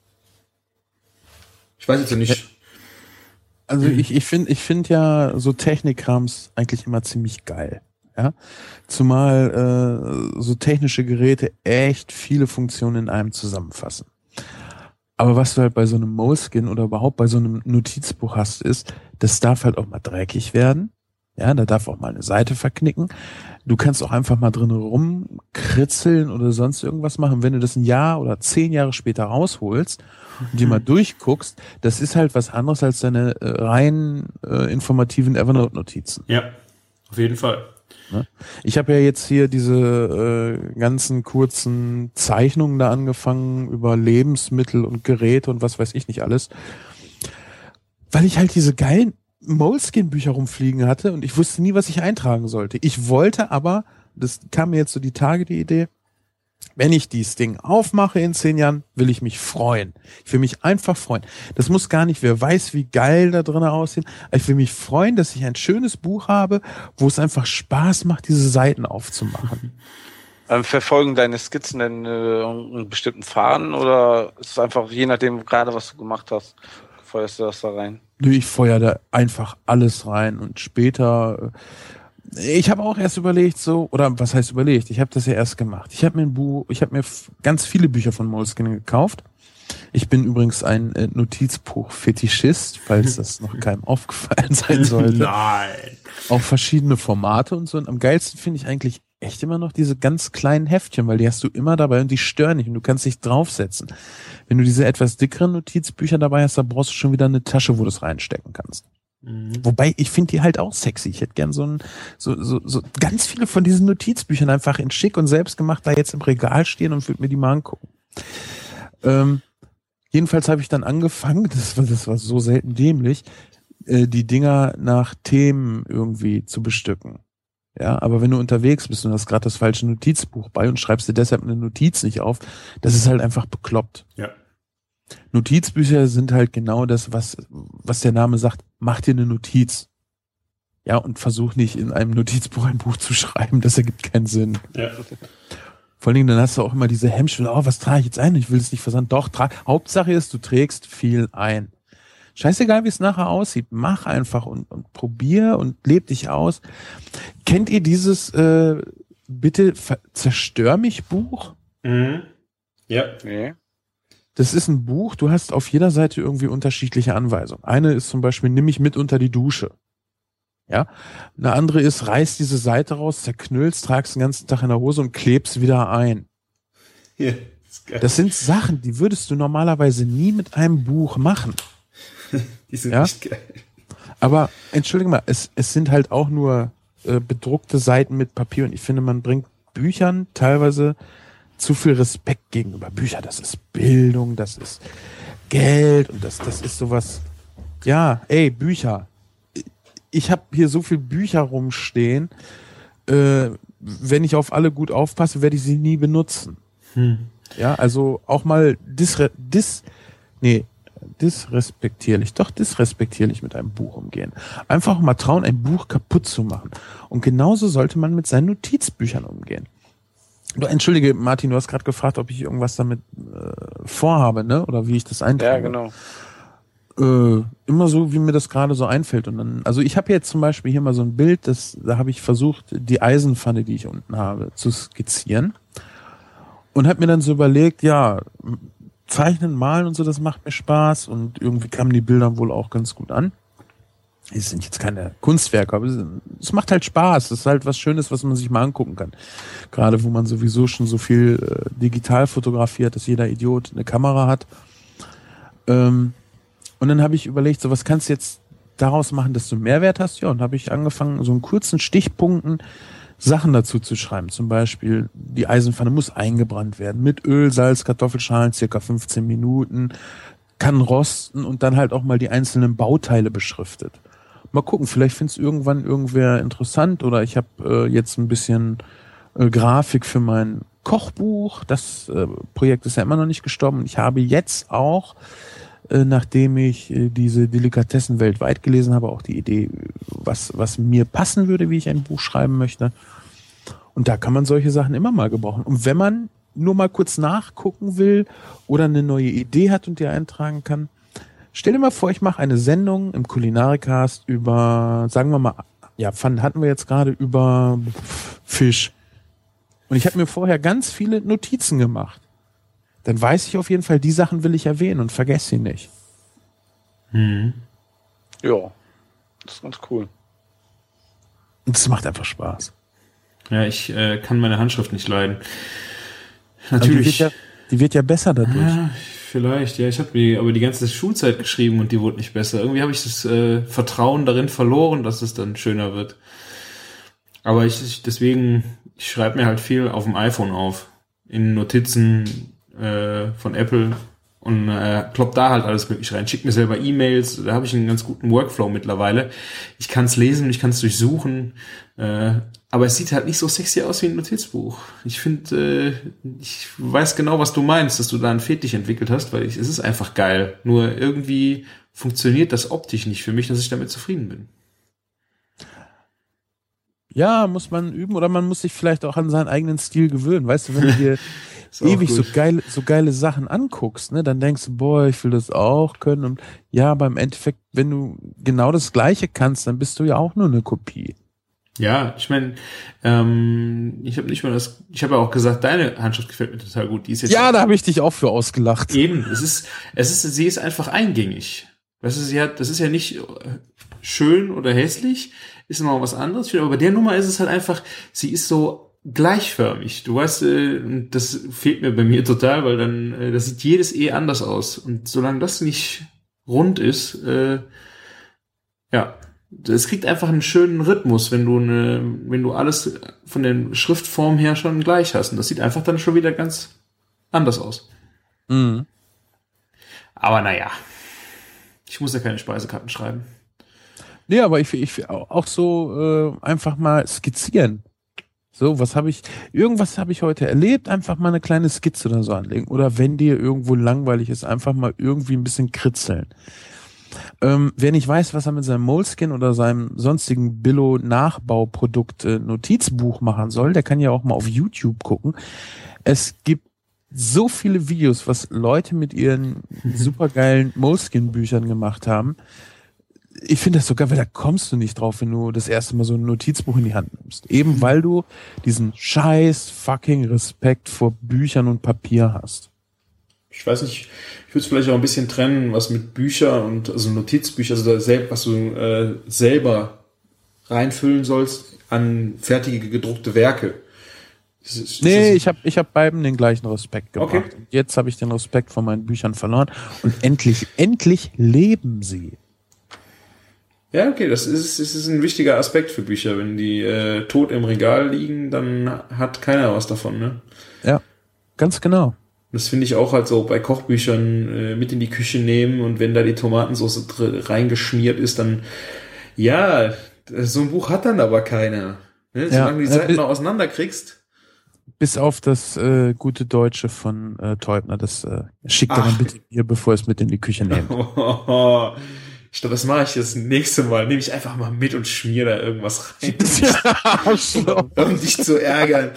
Ich weiß jetzt ja nicht. Also ich ich finde ich finde ja so Technikkrams eigentlich immer ziemlich geil. Ja, zumal äh, so technische Geräte echt viele Funktionen in einem zusammenfassen. Aber was du halt bei so einem Moleskine oder überhaupt bei so einem Notizbuch hast, ist, das darf halt auch mal dreckig werden. Ja, da darf auch mal eine Seite verknicken. Du kannst auch einfach mal drin rumkritzeln oder sonst irgendwas machen. Wenn du das ein Jahr oder zehn Jahre später rausholst und dir mal durchguckst, das ist halt was anderes als deine äh, rein äh, informativen Evernote-Notizen. Ja, auf jeden Fall. Ne? Ich habe ja jetzt hier diese äh, ganzen kurzen Zeichnungen da angefangen über Lebensmittel und Geräte und was weiß ich nicht alles, weil ich halt diese geilen Moleskine-Bücher rumfliegen hatte und ich wusste nie, was ich eintragen sollte. Ich wollte aber, das kam mir jetzt so die Tage die Idee, wenn ich dieses Ding aufmache in zehn Jahren, will ich mich freuen. Ich will mich einfach freuen. Das muss gar nicht, wer weiß, wie geil da drin aussehen. Ich will mich freuen, dass ich ein schönes Buch habe, wo es einfach Spaß macht, diese Seiten aufzumachen. Ähm, verfolgen deine Skizzen denn äh, einen bestimmten Faden oder ist es einfach je nachdem gerade, was du gemacht hast, feuerst du das da rein? Nö, ich feuer da einfach alles rein und später, ich habe auch erst überlegt so, oder was heißt überlegt, ich habe das ja erst gemacht. Ich habe mir ein Buch, ich habe mir f- ganz viele Bücher von Moleskine gekauft. Ich bin übrigens ein äh, Notizbuch-Fetischist, falls das noch keinem aufgefallen sein sollte. Nein. Auch verschiedene Formate und so. Und am geilsten finde ich eigentlich echt immer noch diese ganz kleinen Heftchen, weil die hast du immer dabei und die stören nicht und du kannst dich draufsetzen. Wenn du diese etwas dickeren Notizbücher dabei hast, da brauchst du schon wieder eine Tasche, wo du es reinstecken kannst. Mhm. Wobei, ich finde die halt auch sexy. Ich hätte gern so ein, so, so, so ganz viele von diesen Notizbüchern einfach in schick und selbstgemacht da jetzt im Regal stehen und würde mir die mal angucken. Ähm, jedenfalls habe ich dann angefangen, das war, das war so selten dämlich, äh, die Dinger nach Themen irgendwie zu bestücken. Ja, aber wenn du unterwegs bist und hast gerade das falsche Notizbuch bei und schreibst dir deshalb eine Notiz nicht auf, das ist halt einfach bekloppt. Ja. Notizbücher sind halt genau das, was, was der Name sagt, mach dir eine Notiz. Ja, und versuch nicht in einem Notizbuch ein Buch zu schreiben, das ergibt keinen Sinn. Ja. Vor allen Dingen, dann hast du auch immer diese Hemmschwelle, oh, was trage ich jetzt ein? Ich will es nicht versanden. Doch, trag. Hauptsache ist, du trägst viel ein. Scheißegal, wie es nachher aussieht. Mach einfach und, und probier und leb dich aus. Kennt ihr dieses äh, Bitte zerstör mich Buch? Mhm. Ja. Nee. Das ist ein Buch, du hast auf jeder Seite irgendwie unterschiedliche Anweisungen. Eine ist zum Beispiel, nimm mich mit unter die Dusche. Ja. Eine andere ist, reiß diese Seite raus, zerknüllst, tragst den ganzen Tag in der Hose und klebst wieder ein. Ja, das ist geil. Das sind Sachen, die würdest du normalerweise nie mit einem Buch machen. Die sind ja? echt geil. Aber, entschuldige mal, es, es sind halt auch nur äh, bedruckte Seiten mit Papier und ich finde, man bringt Büchern teilweise zu viel Respekt gegenüber. Bücher, das ist Bildung, das ist Geld und das, das ist sowas. Ja, ey, Bücher. Ich habe hier so viel Bücher rumstehen. Äh, wenn ich auf alle gut aufpasse, werde ich sie nie benutzen. Hm. Ja, also auch mal disre, dis, nee, disrespektierlich, doch disrespektierlich mit einem Buch umgehen. Einfach mal trauen, ein Buch kaputt zu machen. Und genauso sollte man mit seinen Notizbüchern umgehen. Du, entschuldige, Martin, du hast gerade gefragt, ob ich irgendwas damit äh, vorhabe, ne? Oder wie ich das eintrage. Ja, genau. Äh, immer so, wie mir das gerade so einfällt. Und dann, also ich habe jetzt zum Beispiel hier mal so ein Bild, das, da habe ich versucht, die Eisenpfanne, die ich unten habe, zu skizzieren. Und habe mir dann so überlegt, ja, Zeichnen, Malen und so, das macht mir Spaß. Und irgendwie kamen die Bilder wohl auch ganz gut an. Es sind jetzt keine Kunstwerke, aber es macht halt Spaß. Es ist halt was Schönes, was man sich mal angucken kann. Gerade wo man sowieso schon so viel äh, digital fotografiert, dass jeder Idiot eine Kamera hat. Ähm, und dann habe ich überlegt, so was kannst du jetzt daraus machen, dass du Mehrwert hast? Ja, und habe ich angefangen, so in kurzen Stichpunkten Sachen dazu zu schreiben. Zum Beispiel, die Eisenpfanne muss eingebrannt werden. Mit Öl, Salz, Kartoffelschalen, circa fünfzehn Minuten. Kann rosten und dann halt auch mal die einzelnen Bauteile beschriftet. Mal gucken, vielleicht findest du irgendwann irgendwer interessant oder ich habe äh, jetzt ein bisschen äh, Grafik für mein Kochbuch. Das äh, Projekt ist ja immer noch nicht gestorben. Ich habe jetzt auch, äh, nachdem ich äh, diese Delikatessen weltweit gelesen habe, auch die Idee, was, was mir passen würde, wie ich ein Buch schreiben möchte. Und da kann man solche Sachen immer mal gebrauchen. Und wenn man nur mal kurz nachgucken will oder eine neue Idee hat und die eintragen kann, stell dir mal vor, ich mache eine Sendung im Kulinarikast über, sagen wir mal, ja, Pfannen hatten wir jetzt gerade, über Fisch. Und ich habe mir vorher ganz viele Notizen gemacht. Dann weiß ich auf jeden Fall, die Sachen will ich erwähnen und vergesse sie nicht. Hm. Ja, das ist ganz cool. Und es macht einfach Spaß. Ja, ich äh, kann meine Handschrift nicht leiden. Natürlich. Die wird, ja, die wird ja besser dadurch. Ja, vielleicht, ja. Ich habe die aber die ganze Schulzeit geschrieben und die wurde nicht besser. Irgendwie habe ich das äh, Vertrauen darin verloren, dass es dann schöner wird. Aber ich, ich deswegen, ich schreibe mir halt viel auf dem iPhone auf. In Notizen äh, von Apple und äh, klopp da halt alles möglich rein. Schick mir selber E-Mails, da habe ich einen ganz guten Workflow mittlerweile. Ich kann es lesen, ich kann es durchsuchen, äh, aber es sieht halt nicht so sexy aus wie ein Notizbuch. Ich finde, äh, ich weiß genau, was du meinst, dass du da einen Fetisch entwickelt hast, weil ich, es ist einfach geil. Nur irgendwie funktioniert das optisch nicht für mich, dass ich damit zufrieden bin. Ja, muss man üben oder man muss sich vielleicht auch an seinen eigenen Stil gewöhnen. Weißt du, wenn du dir ewig so geile, so geile Sachen anguckst, ne, dann denkst du, boah, ich will das auch können. Und ja, aber im Endeffekt, wenn du genau das Gleiche kannst, dann bist du ja auch nur eine Kopie. Ja, ich meine, ähm, ich habe nicht mal das, ich habe ja auch gesagt, deine Handschrift gefällt mir total gut. Die ist jetzt Ja, da habe ich dich auch für ausgelacht. eben, es ist, es ist, sie ist einfach eingängig. Weißt du, sie hat, das ist ja nicht schön oder hässlich, ist immer was anderes. Aber bei der Nummer ist es halt einfach, sie ist so gleichförmig. Du weißt, äh, das fehlt mir bei mir total, weil dann, äh, das sieht jedes E anders aus. Und solange das nicht rund ist, äh, ja, es kriegt einfach einen schönen Rhythmus, wenn du eine, wenn du alles von der Schriftform her schon gleich hast. Und das sieht einfach dann schon wieder ganz anders aus. Mhm. Aber naja, ich muss ja keine Speisekarten schreiben. Nee, aber ich, ich auch so äh, einfach mal skizzieren. So, was habe ich, irgendwas habe ich heute erlebt, einfach mal eine kleine Skizze oder so anlegen. Oder wenn dir irgendwo langweilig ist, einfach mal irgendwie ein bisschen kritzeln. Ähm, wer nicht weiß, was er mit seinem Moleskine oder seinem sonstigen Billo-Nachbauprodukt äh, Notizbuch machen soll, der kann ja auch mal auf YouTube gucken. Es gibt so viele Videos, was Leute mit ihren supergeilen Moleskine-Büchern gemacht haben. Ich finde das sogar, weil da kommst du nicht drauf, wenn du das erste Mal so ein Notizbuch in die Hand nimmst. Eben weil du diesen scheiß fucking Respekt vor Büchern und Papier hast. Ich weiß nicht, ich würde es vielleicht auch ein bisschen trennen, was mit Büchern und also Notizbücher, also selbst, was du äh, selber reinfüllen sollst an fertige gedruckte Werke. Ist, ist, nee, ist ich habe ich hab beiden den gleichen Respekt gebracht. Okay. Und jetzt habe ich den Respekt vor meinen Büchern verloren und endlich, endlich leben sie. Ja, okay, das ist, das ist ein wichtiger Aspekt für Bücher. Wenn die äh, tot im Regal liegen, dann hat keiner was davon, ne? Ja, ganz genau. Das finde ich auch halt so bei Kochbüchern äh, mit in die Küche nehmen und wenn da die Tomatensauce dr- reingeschmiert ist, dann ja, so ein Buch hat dann aber keiner. Ne? Solange Ja, du die äh, Seiten bi- noch auseinanderkriegst. Bis auf das äh, gute Deutsche von äh, Teubner, das äh, schickt er dann Ach. bitte mir, bevor er es mit in die Küche nimmt. Ich glaube, das mache ich das nächste Mal. Nehme ich einfach mal mit und schmier da irgendwas rein, um dich zu ärgern.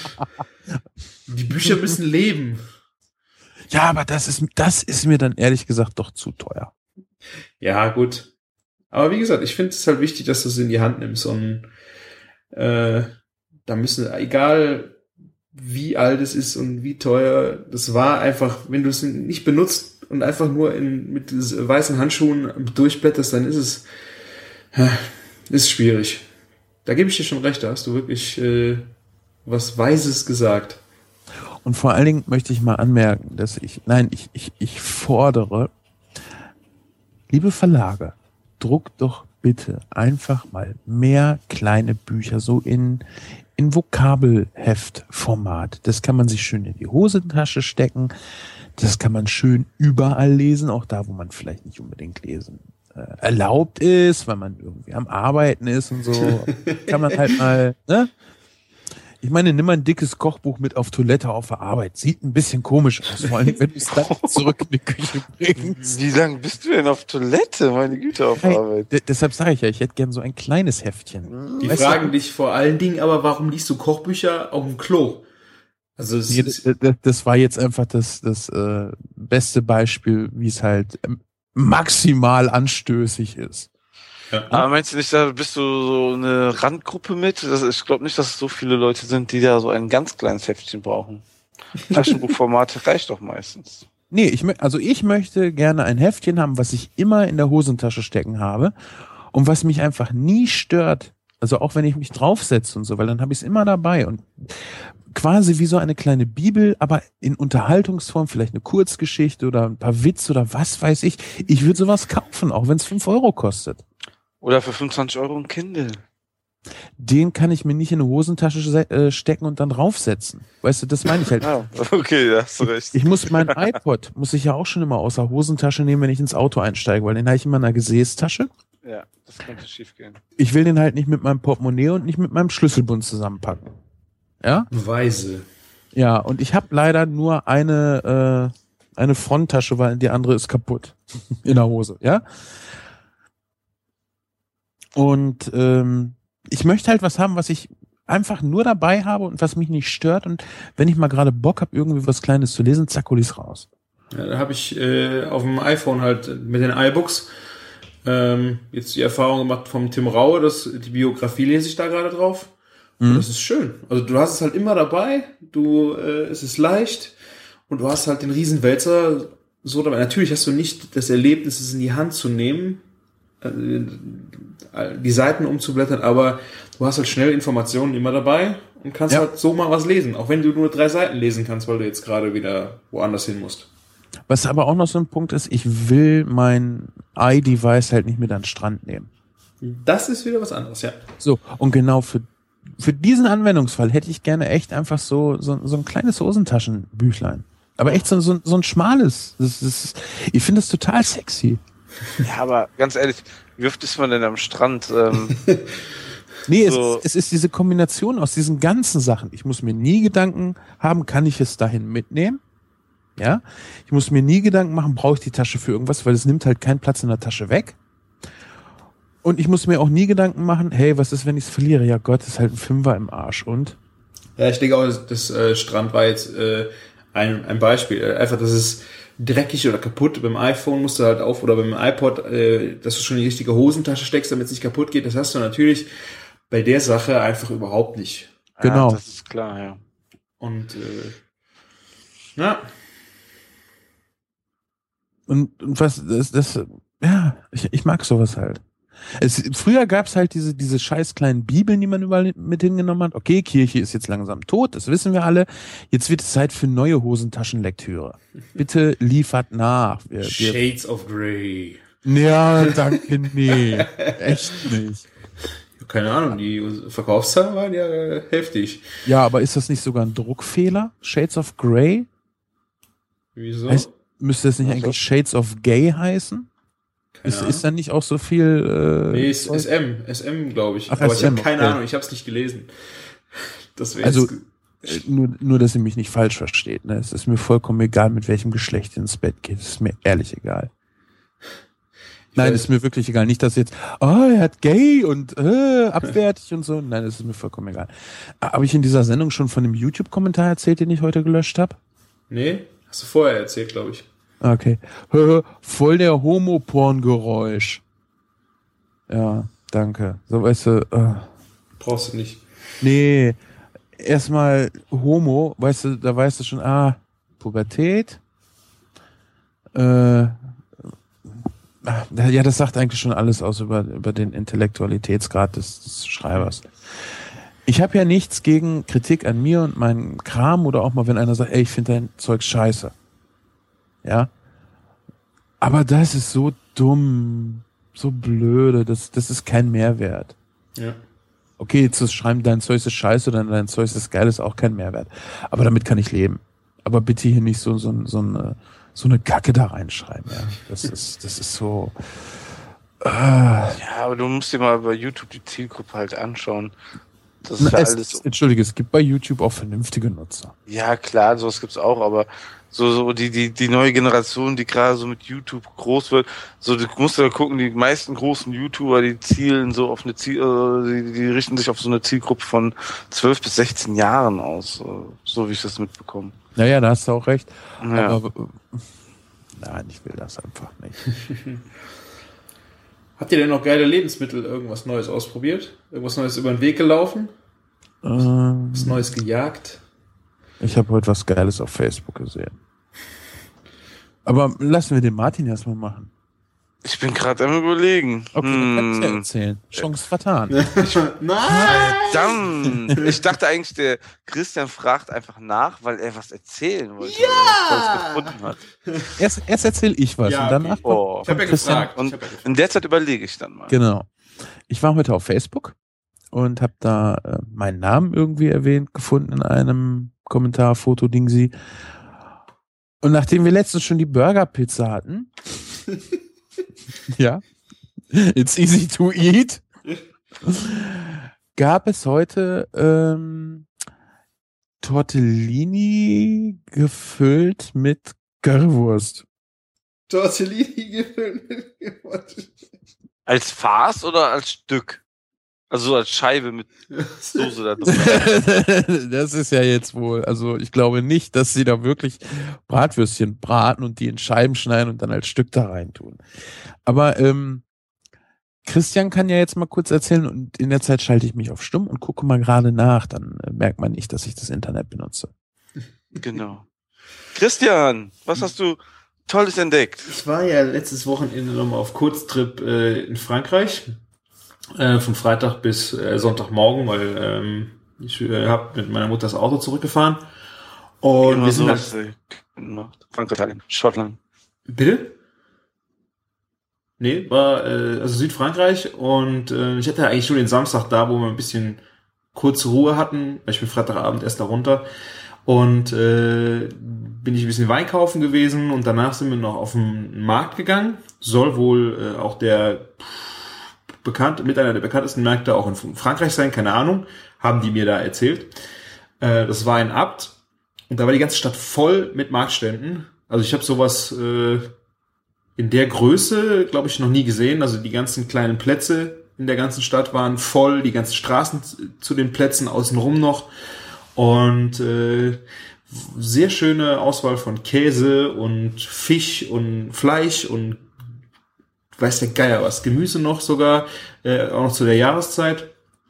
Die Bücher müssen leben. Ja, aber das ist, das ist mir dann ehrlich gesagt doch zu teuer. Ja, gut. Aber wie gesagt, ich finde es halt wichtig, dass du es in die Hand nimmst und äh, da müssen, egal wie alt es ist und wie teuer, das war einfach, wenn du es nicht benutzt und einfach nur in, mit diesen weißen Handschuhen durchblätterst, dann ist es ja, ist schwierig. Da gebe ich dir schon recht, da hast du wirklich äh, was Weises gesagt. Und vor allen Dingen möchte ich mal anmerken, dass ich, nein, ich, ich, ich fordere, liebe Verlage, druckt doch bitte einfach mal mehr kleine Bücher, so in, in Vokabelheftformat. Das kann man sich schön in die Hosentasche stecken. Das kann man schön überall lesen, auch da, wo man vielleicht nicht unbedingt lesen äh, erlaubt ist, weil man irgendwie am Arbeiten ist und so. Kann man halt mal, ne? Ich meine, nimm mal ein dickes Kochbuch mit auf Toilette auf der Arbeit. Sieht ein bisschen komisch aus, vor allem, wenn du es dann zurück in die Küche bringst. Wie lange bist du denn auf Toilette, meine Güte, auf Hey, Arbeit? d- deshalb sage ich ja, ich hätte gern so ein kleines Heftchen. Die Weißt fragen du? dich vor allen Dingen, aber warum liest du Kochbücher auf dem Klo? Also es Nee, ist, das, das- das war jetzt einfach das, das äh, beste Beispiel, wie es halt ähm, maximal anstößig ist. ja. Aber meinst du nicht, da bist du so eine Randgruppe mit? Das, ich glaube nicht, dass es so viele Leute sind, die da so ein ganz kleines Heftchen brauchen. Taschenbuchformat reicht doch meistens. Nee, ich, mö- also ich möchte gerne ein Heftchen haben, was ich immer in der Hosentasche stecken habe und was mich einfach nie stört. Also auch wenn ich mich draufsetze und so, weil dann habe ich es immer dabei und quasi wie so eine kleine Bibel, aber in Unterhaltungsform, vielleicht eine Kurzgeschichte oder ein paar Witze oder was weiß ich. Ich würde sowas kaufen, auch wenn es fünf Euro kostet. Oder für fünfundzwanzig Euro ein Kindle. Den kann ich mir nicht in eine Hosentasche se- äh, stecken und dann draufsetzen. Weißt du, das meine ich halt. Ah, okay, da hast du recht. Ich muss mein iPod, muss ich ja auch schon immer aus der Hosentasche nehmen, wenn ich ins Auto einsteige, weil den habe ich immer in einer Gesäßtasche. Ja, das könnte schief gehen. Ich will den halt nicht mit meinem Portemonnaie und nicht mit meinem Schlüsselbund zusammenpacken. Ja? Weise. Ja, und ich habe leider nur eine, äh, eine Fronttasche, weil die andere ist kaputt. In der Hose, ja? Und ähm, ich möchte halt was haben, was ich einfach nur dabei habe und was mich nicht stört. Und wenn ich mal gerade Bock habe, irgendwie was Kleines zu lesen, zack, hol ich's raus. Ja, da habe ich äh, auf dem iPhone halt mit den iBooks ähm, jetzt die Erfahrung gemacht vom Tim Raue, dass die Biografie lese ich da gerade drauf. Mhm. Und das ist schön. Also du hast es halt immer dabei, du, äh, es ist leicht und du hast halt den Riesenwälzer so dabei. Natürlich hast du nicht das Erlebnis, es in die Hand zu nehmen, äh, die Seiten umzublättern, aber du hast halt schnell Informationen immer dabei und kannst ja. halt so mal was lesen, auch wenn du nur drei Seiten lesen kannst, weil du jetzt gerade wieder woanders hin musst. Was aber auch noch so ein Punkt ist, ich will mein iDevice halt nicht mit an den Strand nehmen. Das ist wieder was anderes, ja. So, und genau für, für diesen Anwendungsfall hätte ich gerne echt einfach so, so, so ein kleines Hosentaschenbüchlein. Aber echt so, so, so ein schmales. Das ist, ich finde das total sexy. Ja, aber ganz ehrlich, wie oft ist man denn am Strand? Ähm, nee, so. es, es ist diese Kombination aus diesen ganzen Sachen. Ich muss mir nie Gedanken haben, kann ich es dahin mitnehmen? Ja, ich muss mir nie Gedanken machen, brauche ich die Tasche für irgendwas, weil es nimmt halt keinen Platz in der Tasche weg. Und ich muss mir auch nie Gedanken machen, hey, was ist, wenn ich es verliere? Ja Gott, ist halt ein Fünfer im Arsch und? Ja, ich denke auch, das, das äh, Strand war jetzt äh, ein, ein Beispiel. Einfach, dass es dreckig oder kaputt beim iPhone musst du halt auf oder beim iPod, äh, dass du schon in die richtige Hosentasche steckst, damit es nicht kaputt geht. Das hast du natürlich bei der Sache einfach überhaupt nicht. Genau. Ja, das ist klar, ja. Und äh, na. Und, und was, das, das, ja, ich, ich mag sowas halt. Es, früher gab's halt diese, diese scheiß kleinen Bibeln, die man überall mit hingenommen hat. Okay, Kirche ist jetzt langsam tot, das wissen wir alle. Jetzt wird es Zeit für neue Hosentaschenlektüre. Bitte liefert nach. Wir, wir, Shades of Grey. ja, danke, nee. Echt nicht. Keine Ahnung, die Verkaufszahlen waren ja äh, heftig. Ja, aber ist das nicht sogar ein Druckfehler? Shades of Grey? Wieso? Heißt, müsste das nicht Also. eigentlich Shades of Gay heißen? Ist, Ahnung. ist da nicht auch so viel... Äh, Nee, ist S M. S M, glaube ich. Ach, Aber S ich M, habe keine okay. Ahnung, ich habe es nicht gelesen. Das wäre Also, jetzt- äh, nur, nur, dass ihr mich nicht falsch versteht. Ne? Es ist mir vollkommen egal, mit welchem Geschlecht ihr ins Bett geht. Es ist mir ehrlich egal. Nein, weiß- ist mir wirklich egal. Nicht, dass jetzt, oh, er hat gay und äh, abwertig und so. Nein, das ist mir vollkommen egal. Habe ich in dieser Sendung schon von dem YouTube-Kommentar erzählt, den ich heute gelöscht habe? Nee, hast du vorher erzählt, glaube ich. Okay. Hö, voll der Homoporn-Geräusch. Ja, danke. So, weißt du, äh, Brauchst du nicht. nee, erstmal Homo, weißt du, da weißt du schon, ah, Pubertät. Äh, ja, das sagt eigentlich schon alles aus über, über den Intellektualitätsgrad des, des Schreibers. Ich habe ja nichts gegen Kritik an mir und meinen Kram oder auch mal, wenn einer sagt, ey, ich finde dein Zeug scheiße. Ja. Aber das ist so dumm, so blöde, das, das ist kein Mehrwert. Ja. Okay, zu schreiben, dein Zeug ist scheiße oder dein Zeug ist geil, ist auch kein Mehrwert. Aber damit kann ich leben. Aber bitte hier nicht so, so, so eine, so eine Kacke da reinschreiben, ja. Das ist, das ist so, äh, Ja, aber du musst dir mal bei YouTube die Zielgruppe halt anschauen. Das ist ja es, alles. Entschuldige, es gibt bei YouTube auch vernünftige Nutzer. Ja, klar, sowas gibt's auch, aber so, so die, die, die neue Generation, die gerade so mit YouTube groß wird, so, du musst ja gucken, die meisten großen YouTuber, die zielen so auf eine Ziel, äh, die, die richten sich auf so eine Zielgruppe von zwölf bis sechzehn Jahren aus, so wie ich das mitbekomme. Naja, da hast du auch recht. Ja. Aber, äh, nein, ich will das einfach nicht. Habt ihr denn noch geile Lebensmittel, irgendwas Neues ausprobiert? Irgendwas Neues über den Weg gelaufen? Ähm, Was Neues gejagt? ich habe heute was Geiles auf Facebook gesehen. Aber lassen wir den Martin erstmal machen. Ich bin gerade am Überlegen. Okay, dann kannst du ja Hm. erzählen. Chance vertan. Nein! Verdammt! Ich dachte eigentlich, der Christian fragt einfach nach, weil er was erzählen wollte. Ja! Weil er was gefunden hat. Erst, erst erzähle ich was Ja, und danach okay. kommt, Oh. Ich habe ja kommt Christian. gefragt. Und ich hab ja gefragt. in der Zeit überlege ich dann mal. Genau. Ich war heute auf Facebook und habe da äh, meinen Namen irgendwie erwähnt, gefunden in einem Kommentar, Foto, Dingsi. Und nachdem wir letztens schon die Burger-Pizza hatten, ja, it's easy to eat, gab es heute ähm, Tortellini gefüllt mit Currywurst. Tortellini gefüllt mit Als Farce oder als Stück? Also so als Scheibe mit Soße da drin. Das ist ja jetzt wohl, also ich glaube nicht, dass sie da wirklich Bratwürstchen braten und die in Scheiben schneiden und dann als Stück da rein tun. Aber ähm, Christian kann ja jetzt mal kurz erzählen und in der Zeit schalte ich mich auf stumm und gucke mal gerade nach. Dann äh, merkt man nicht, dass ich das Internet benutze. Genau. Christian, was hast du Tolles entdeckt? Ich war ja letztes Wochenende nochmal auf Kurztrip äh, in Frankreich. Äh, von Freitag bis äh, Sonntagmorgen, weil ähm, ich äh, habe mit meiner Mutter das Auto zurückgefahren. Und wir sind so dann, Frankreich, Italien, Schottland. Bitte? Nee, war äh, also Südfrankreich und äh, ich hatte eigentlich schon den Samstag da, wo wir ein bisschen kurze Ruhe hatten. Ich bin Freitagabend erst da runter und äh, bin ich ein bisschen Wein kaufen gewesen und danach sind wir noch auf den Markt gegangen. Soll wohl äh, auch der bekannt mit einer der bekanntesten Märkte auch in Frankreich sein, keine Ahnung, haben die mir da erzählt. Äh, das war in Abt und da war die ganze Stadt voll mit Marktständen. Also ich habe sowas äh, in der Größe, glaube ich, noch nie gesehen. Also die ganzen kleinen Plätze in der ganzen Stadt waren voll, die ganzen Straßen zu den Plätzen außenrum noch. Und äh, sehr schöne Auswahl von Käse und Fisch und Fleisch und weiß der Geier was. Gemüse noch sogar, äh, auch noch zu der Jahreszeit.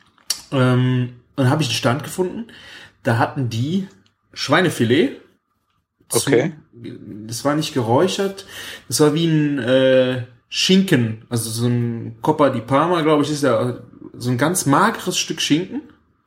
Ähm, dann habe ich einen Stand gefunden. Da hatten die Schweinefilet. Okay. Das war nicht geräuchert. Das war wie ein äh, Schinken, also so ein Coppa di Parma, glaube ich, ist ja so ein ganz mageres Stück Schinken,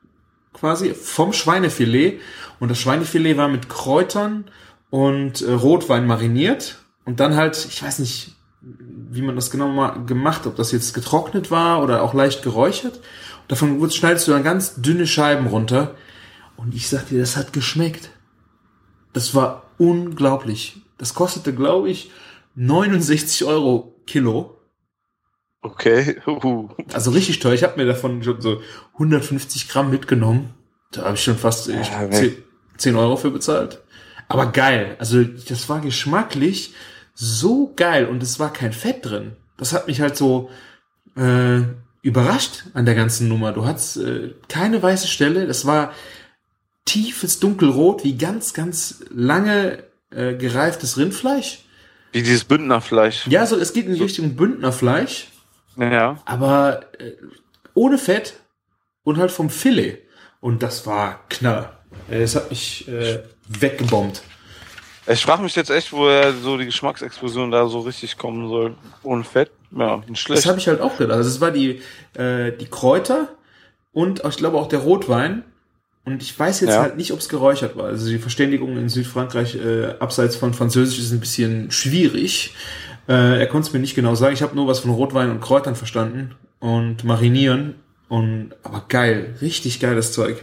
quasi vom Schweinefilet. Und das Schweinefilet war mit Kräutern und äh, Rotwein mariniert. Und dann halt, ich weiß nicht, wie man das genau mal gemacht, ob das jetzt getrocknet war oder auch leicht geräuchert. Und davon schneidest du dann ganz dünne Scheiben runter. Und ich sag dir, das hat geschmeckt. Das war unglaublich. Das kostete, glaube ich, neunundsechzig Euro Kilo. Okay. Uh. Also richtig teuer. Ich habe mir davon schon so hundertfünfzig Gramm mitgenommen. Da habe ich schon fast Ja, ich, zehn, zehn Euro für bezahlt. Aber geil. Also das war geschmacklich so geil. Und es war kein Fett drin. Das hat mich halt so äh, überrascht an der ganzen Nummer. Du hattest äh, keine weiße Stelle. Das war tiefes Dunkelrot, wie ganz, ganz lange äh, gereiftes Rindfleisch. Wie dieses Bündnerfleisch. Ja, so es geht in die Richtung Bündnerfleisch, Ja. aber äh, ohne Fett und halt vom Filet. Und das war Knaller. Es hat mich äh, weggebombt. Ich frage mich jetzt echt, woher so die Geschmacksexplosion da so richtig kommen soll. Ohne Fett. Ja, nicht schlecht. Das habe ich halt auch gedacht. Also es war die äh, die Kräuter und ich glaube auch der Rotwein. Und ich weiß jetzt ja. halt nicht, ob es geräuchert war. Also die Verständigung in Südfrankreich äh, abseits von Französisch ist ein bisschen schwierig. Äh, er konnte es mir nicht genau sagen. Ich habe nur was von Rotwein und Kräutern verstanden und marinieren. Und aber geil, richtig geiles Zeug.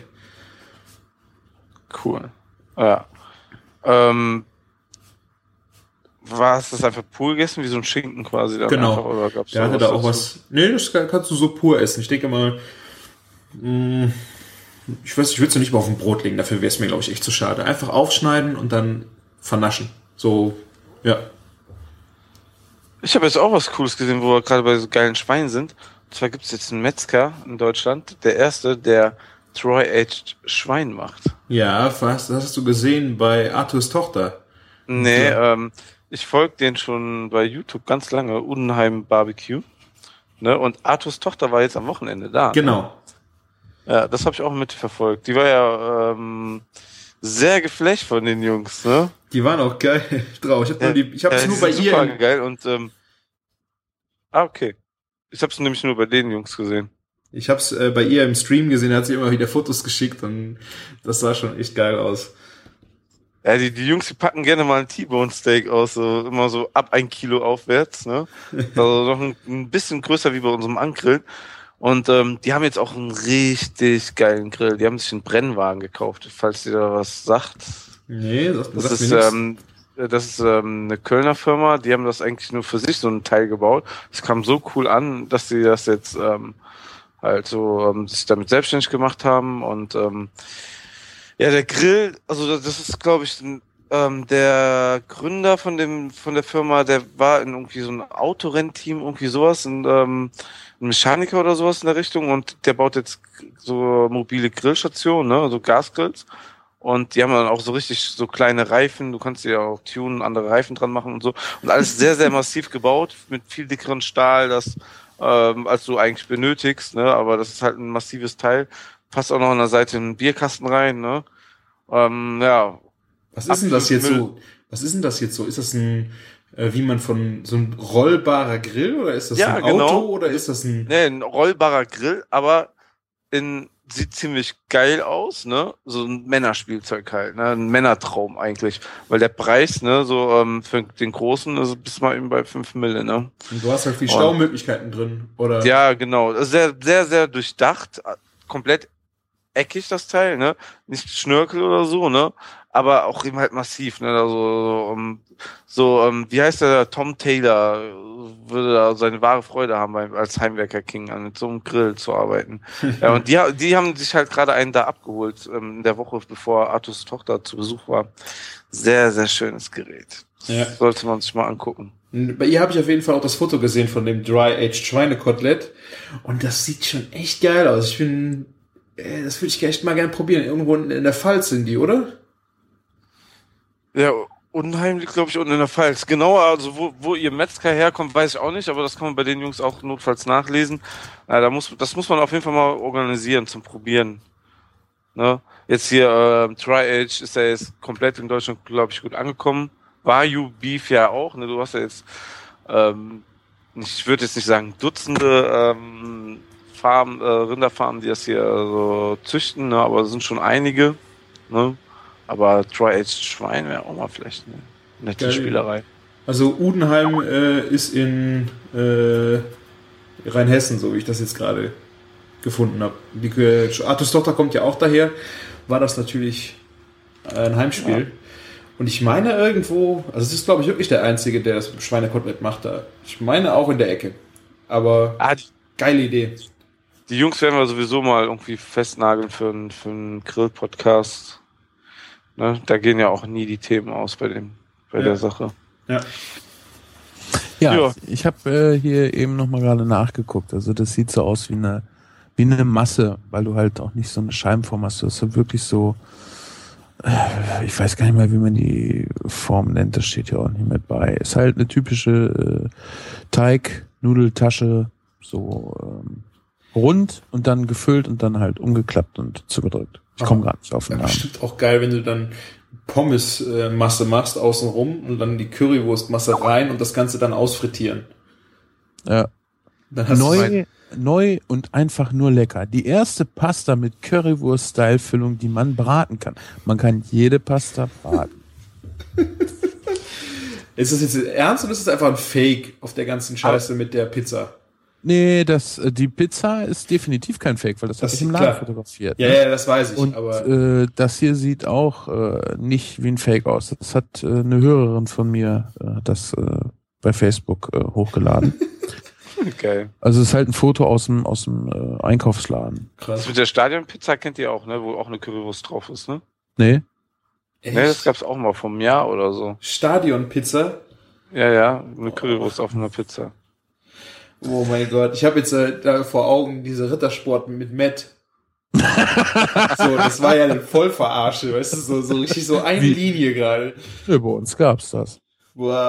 Cool. Ja. Ähm, war es das einfach pur gegessen, wie so ein Schinken quasi? Dann Genau. Einfach, oder gab's Der da hatte was da auch dazu? was. Nee, das kannst du so pur essen. Ich denke mal, mh, ich weiß, ich würde es nicht mal auf ein Brot legen. Dafür wäre es mir, glaube ich, echt zu schade. Einfach aufschneiden und dann vernaschen. So, ja. Ich habe jetzt auch was Cooles gesehen, wo wir gerade bei so geilen Schweinen sind. Und zwar gibt es jetzt einen Metzger in Deutschland, der erste, der Troy-Aged Schwein macht. Ja, was, das hast du gesehen bei Arthurs Tochter. Nee, Ja. ähm, ich folge den schon bei YouTube ganz lange, Udenheim Barbecue. Ne? Und Arthurs Tochter war jetzt am Wochenende da. Genau. Ne? Ja, das habe ich auch mitverfolgt. Die war ja ähm, sehr geflasht von den Jungs, ne? Die waren auch geil drauf. Ich habe Ja, nur, die, ich hab's ja, nur die bei sind ihr. super im- geil und ähm, ah, okay. Ich habe es nämlich nur bei den Jungs gesehen. Ich hab's äh, bei ihr im Stream gesehen, da hat sie immer wieder Fotos geschickt und das sah schon echt geil aus. Ja, die, die Jungs, die packen gerne mal ein T-Bone Steak aus, so immer so ab ein Kilo aufwärts, ne? Also noch ein, ein bisschen größer wie bei unserem Angrillen. Und ähm, die haben jetzt auch einen richtig geilen Grill. Die haben sich einen Brennwagen gekauft, falls ihr da was sagt. Nee, sagt, Das sagt ist, mir nichts. ähm, das ist ähm, eine Kölner Firma, die haben das eigentlich nur für sich so ein Teil gebaut. Es kam so cool an, dass sie das jetzt ähm, halt so ähm, sich damit selbstständig gemacht haben. Und ähm, ja, der Grill, also das ist, glaube ich, ein, ähm, der Gründer von dem von der Firma, der war in irgendwie so ein Autorennteam, irgendwie sowas, und, ähm, ein Mechaniker oder sowas in der Richtung, und der baut jetzt so mobile Grillstationen, ne, so Gasgrills. Und die haben dann auch so richtig so kleine Reifen, du kannst dir auch tunen, andere Reifen dran machen und so. Und alles sehr, sehr massiv gebaut, mit viel dickeren Stahl, dass ähm, als du eigentlich benötigst, ne? Aber das ist halt ein massives Teil. Passt auch noch an der Seite in den Bierkasten rein, ne? Ähm, ja. Was ist denn das jetzt so? Was ist denn das jetzt so? Ist das ein, äh, wie man von, so ein rollbarer Grill oder ist das ja, ein genau. Auto oder ist das ein... Nee, ein rollbarer Grill, aber in, sieht ziemlich geil aus, ne? So ein Männerspielzeug halt, ne? Ein Männertraum eigentlich. Weil der Preis, ne, so ähm, für den großen, also bist du mal eben bei fünf Mille, ne? Und du hast halt viel Staumöglichkeiten drin, oder? Ja, genau. Sehr, sehr, sehr durchdacht. Komplett eckig, das Teil, ne? Nicht Schnörkel oder so, ne? Aber auch eben halt massiv, ne? Also, so, um, so um, wie heißt der, Tom Taylor würde da seine wahre Freude haben, als Heimwerker-King an mit so einem Grill zu arbeiten. Ja, und die, die haben sich halt gerade einen da abgeholt, ähm, in der Woche, bevor Arthurs Tochter zu Besuch war. Sehr, sehr schönes Gerät. Ja. Sollte man sich mal angucken. Bei ihr habe ich auf jeden Fall auch das Foto gesehen von dem Dry-Aged Schweinekotelett. Und das sieht schon echt geil aus. Ich bin, äh, das würde ich echt mal gerne probieren. Irgendwo in der Pfalz sind die, oder? Ja, unheimlich, glaube ich, unten in der Pfalz. Genau, also wo, wo ihr Metzger herkommt, weiß ich auch nicht, aber das kann man bei den Jungs auch notfalls nachlesen. Ja, da muss, das muss man auf jeden Fall mal organisieren zum Probieren. Ne? Jetzt hier, äh, Tri-Age ist ja jetzt komplett in Deutschland, glaube ich, gut angekommen. Wagyu Beef ja auch, ne? Du hast ja jetzt, ähm, ich würde jetzt nicht sagen Dutzende ähm, Farmen, äh, Rinderfarmen, die das hier so züchten, ne? Aber es sind schon einige, ne? Aber Dry-Aged Schwein wäre auch mal vielleicht eine nette Geil. Spielerei. Also Udenheim äh, ist in äh, Rheinhessen, so wie ich das jetzt gerade gefunden habe. Die äh, Arthurs Tochter kommt ja auch daher. War das natürlich ein Heimspiel. Ja. Und ich meine irgendwo, also es ist glaube ich wirklich der Einzige, der das Schweinekotelett macht da. Ich meine auch in der Ecke. Aber ah, die, geile Idee. Die Jungs werden wir sowieso mal irgendwie festnageln für einen für einen Grill-Podcast. Ne? Da gehen ja auch nie die Themen aus bei dem, bei ja. der Sache. Ja. Ja, ja. Ich habe äh, hier eben noch mal gerade nachgeguckt. Also das sieht so aus wie eine wie eine Masse, weil du halt auch nicht so eine Scheibenform hast. Du hast ja wirklich so, äh, ich weiß gar nicht mehr, wie man die Form nennt. Das steht ja auch nicht mit bei. Ist halt eine typische äh, Teig-Nudeltasche, so ähm, rund und dann gefüllt und dann halt umgeklappt und zugedrückt. Ich komme gerade nicht auf den Namen. Bestimmt auch geil, wenn du dann Pommes-Masse machst außenrum und dann die Currywurstmasse rein und das Ganze dann ausfrittieren. Ja. Dann hast neu, neu und einfach nur lecker. Die erste Pasta mit Currywurst-Style-Füllung, die man braten kann. Man kann jede Pasta braten. Ist das jetzt ernst oder ist das einfach ein Fake auf der ganzen Scheiße mit der Pizza? Nee, das, die Pizza ist definitiv kein Fake, weil das, das habe ich im Laden klar. fotografiert. Ja, ne? ja, das weiß ich. Und aber äh, das hier sieht auch äh, nicht wie ein Fake aus. Das hat äh, eine Hörerin von mir äh, das äh, bei Facebook äh, hochgeladen. Okay. Also es ist halt ein Foto aus dem aus dem äh, Einkaufsladen. Krass. Das mit der Stadionpizza kennt ihr auch, ne? Wo auch eine Currywurst drauf ist, ne? Nee. Echt? Nee, das gab's auch mal vom Jahr oder so. Stadionpizza? Ja, ja, eine Currywurst oh. auf einer Pizza. Oh mein Gott, ich habe jetzt äh, da vor Augen diese Rittersport mit Matt. So, das war ja eine Vollverarsche, weißt du, so, so richtig so eine Wie? Linie gerade. Ja, bei uns gab's das. Boah.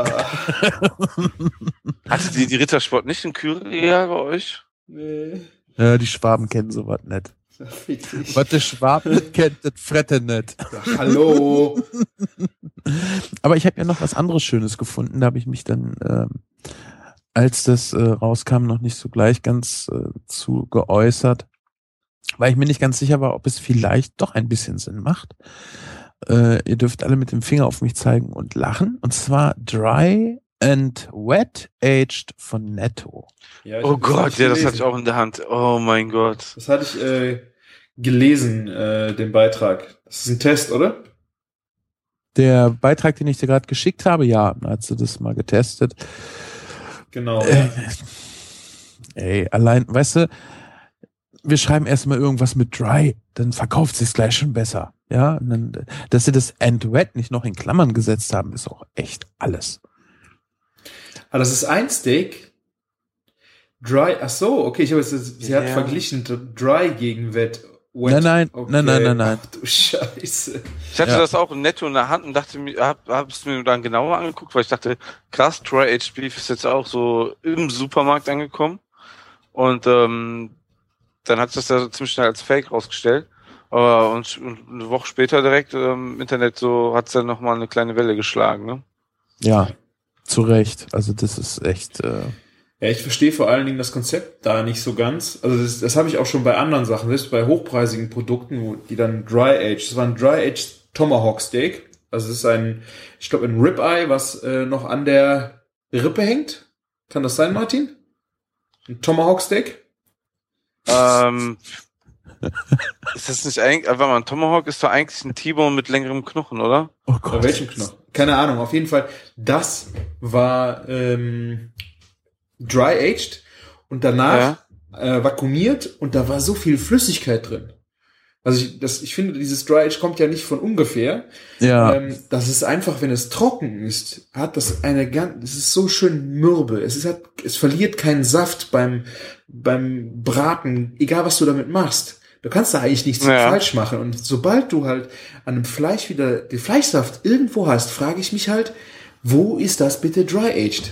Hatte die, die Rittersport nicht in Kyria bei euch? Nee. Ja, die Schwaben kennen sowas nicht. Was der Schwaben nicht kennt, das frette nicht. Ja, hallo. Aber ich habe ja noch was anderes Schönes gefunden, da habe ich mich dann ähm, als das äh, rauskam, noch nicht so gleich ganz äh, zu geäußert, weil ich mir nicht ganz sicher war, ob es vielleicht doch ein bisschen Sinn macht. Äh, ihr dürft alle mit dem Finger auf mich zeigen und lachen. Und zwar Dry and Wet Aged von Netto. Ja, oh Gott, ja, das hatte ich auch in der Hand. Oh mein Gott. Das hatte ich äh, gelesen, äh, den Beitrag. Das ist ein Test, oder? Der Beitrag, den ich dir gerade geschickt habe, ja, hast du das mal getestet. Genau. Äh, ey, allein, weißt du, wir schreiben erstmal irgendwas mit dry, dann verkauft sich's gleich schon besser. Ja, und dann, dass sie das and wet nicht noch in Klammern gesetzt haben, ist auch echt alles. Ah, das ist ein Steak. Dry, ach so, okay, ich habe jetzt, sie ja. hat verglichen Dry gegen Wet. Wet. Nein, nein, okay. nein, nein, nein, nein. Ach du Scheiße. Ich hatte ja. das auch netto in der Hand und dachte mir, hab, hab's mir dann genauer angeguckt, weil ich dachte, krass, Dry Aged Beef ist jetzt auch so im Supermarkt angekommen. Und ähm, dann hat sich das da ziemlich schnell als Fake rausgestellt. Aber und, und eine Woche später direkt ähm, im Internet so hat es dann nochmal eine kleine Welle geschlagen, ne? Ja, zu Recht. Also das ist echt... Äh Ja, ich verstehe vor allen Dingen das Konzept da nicht so ganz. Also das, das habe ich auch schon bei anderen Sachen, selbst bei hochpreisigen Produkten, wo die dann Dry Age, das war ein Dry Age Tomahawk Steak. Also es ist ein, ich glaube ein Ribeye, was äh, noch an der Rippe hängt. Kann das sein, Martin? Ein Tomahawk Steak? Ähm, ist das nicht eigentlich, aber ein Tomahawk ist doch eigentlich ein T-Bone mit längerem Knochen, oder? Oh Bei welchem Knochen? Keine Ahnung, auf jeden Fall. Das war ähm, dry-aged und danach ja. äh, vakuumiert und da war so viel Flüssigkeit drin. Also ich, das, ich finde, dieses Dry-Age kommt ja nicht von ungefähr. Ja. Ähm, das ist einfach, wenn es trocken ist, hat das eine ganz, es ist so schön mürbe. Es ist, hat, es verliert keinen Saft beim, beim Braten, egal was du damit machst. Du kannst da eigentlich nichts ja. falsch machen. Und sobald du halt an einem Fleisch wieder den Fleischsaft irgendwo hast, frage ich mich halt, wo ist das bitte Dry-Aged?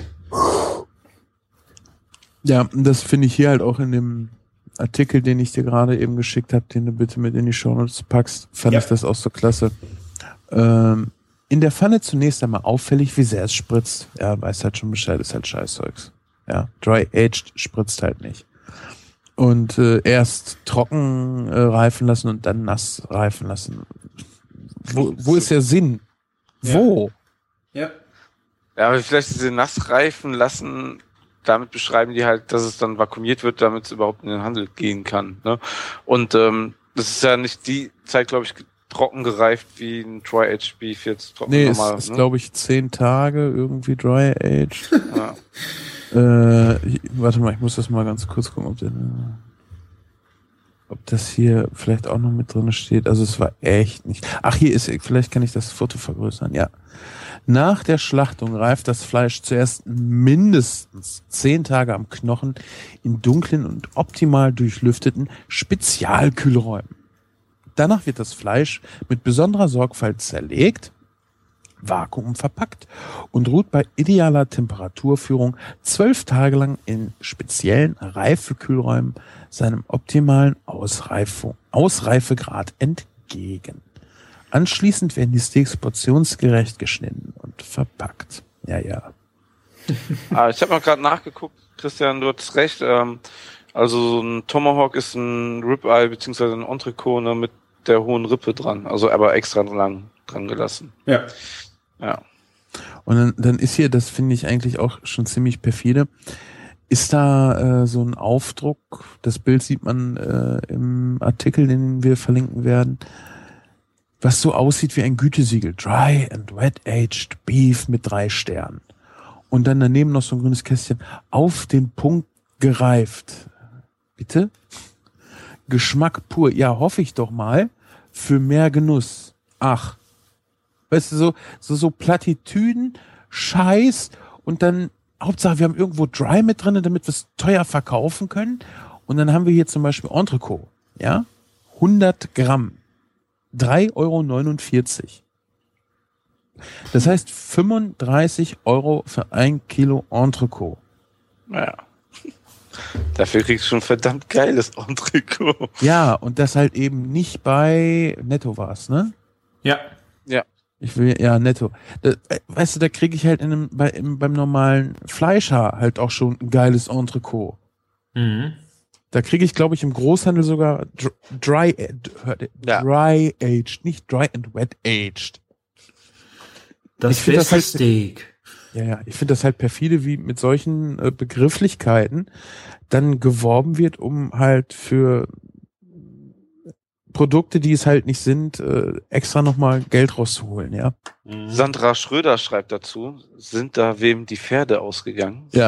Ja, das finde ich hier halt auch in dem Artikel, den ich dir gerade eben geschickt habe, den du bitte mit in die Shownotes packst, fand ja. ich das auch so klasse. Ähm, in der Pfanne zunächst einmal auffällig, wie sehr es spritzt. Ja, weiß halt schon Bescheid, ist halt Scheißzeugs. Ja, Dry-Aged spritzt halt nicht. Und äh, erst trocken äh, reifen lassen und dann nass reifen lassen. Wo, wo ist der Sinn? Ja. Wo? Ja. Ja, aber vielleicht diese nass reifen lassen, damit beschreiben die halt, dass es dann vakuumiert wird, damit es überhaupt in den Handel gehen kann. Ne? Und ähm, das ist ja nicht die Zeit, glaube ich, trocken gereift wie ein Dry-Aged Beef jetzt trocken nee, normal. Nee, ist, ne? glaube ich, zehn Tage irgendwie Dry-Aged. Ja. Äh, ich, warte mal, ich muss das mal ganz kurz gucken, ob, der, ob das hier vielleicht auch noch mit drin steht. Also es war echt nicht. Ach, hier ist, vielleicht kann ich das Foto vergrößern, ja. Nach der Schlachtung reift das Fleisch zuerst mindestens zehn Tage am Knochen in dunklen und optimal durchlüfteten Spezialkühlräumen. Danach wird das Fleisch mit besonderer Sorgfalt zerlegt, vakuumverpackt und ruht bei idealer Temperaturführung zwölf Tage lang in speziellen Reifekühlräumen seinem optimalen Ausreifung, Ausreifegrad entgegen. Anschließend werden die Steaks portionsgerecht geschnitten und verpackt. Ja, ja. Ah, ich habe mal gerade nachgeguckt, Christian, du hattest recht. Ähm, also so ein Tomahawk ist ein Ribeye beziehungsweise ein Entrecot, ne, mit der hohen Rippe dran, also aber extra lang dran gelassen. Ja. Ja. Und dann, dann ist hier, das finde ich eigentlich auch schon ziemlich perfide, ist da äh, so ein Aufdruck, das Bild sieht man äh, im Artikel, den wir verlinken werden, was so aussieht wie ein Gütesiegel. Dry and Wet Aged Beef mit drei Sternen. Und dann daneben noch so ein grünes Kästchen. Auf den Punkt gereift. Bitte? Geschmack pur. Ja, hoffe ich doch mal. Für mehr Genuss. Ach. Weißt du, so, so, so Plattitüden, Scheiß und dann, Hauptsache wir haben irgendwo Dry mit drin, damit wir es teuer verkaufen können. Und dann haben wir hier zum Beispiel Entrecot. Ja? hundert Gramm. drei Euro neunundvierzig. Das heißt fünfunddreißig Euro für ein Kilo Entrecot. Naja. Dafür kriegst du schon verdammt geiles Entrecot. Ja, und das halt eben nicht bei Netto war's, ne? Ja. Ja. Ich will, ja, Netto. Da, weißt du, da kriege ich halt in einem, bei, im, beim normalen Fleischer halt auch schon ein geiles Entrecot. Mhm. Da kriege ich, glaube ich, im Großhandel sogar dry, dry, ja. dry aged, nicht dry and wet aged. Das beste das halt, Steak. Ja, ja, ich finde das halt perfide, wie mit solchen äh, Begrifflichkeiten dann geworben wird, um halt für Produkte, die es halt nicht sind, äh, extra nochmal Geld rauszuholen, ja. Mhm. Sandra Schröder schreibt dazu, sind da wem die Pferde ausgegangen? Ja.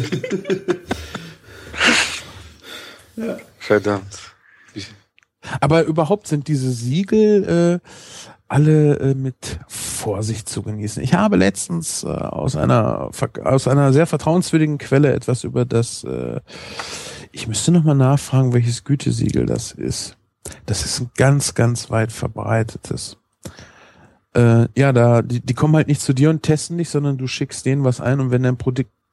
Ja. Verdammt. Aber überhaupt sind diese Siegel äh, alle äh, mit Vorsicht zu genießen. Ich habe letztens äh, aus einer aus einer sehr vertrauenswürdigen Quelle etwas über das, äh, ich müsste nochmal nachfragen, welches Gütesiegel das ist. Das ist ein ganz, ganz weit verbreitetes. Äh, ja, da die, die kommen halt nicht zu dir und testen dich, sondern du schickst denen was ein und wenn dein Produkt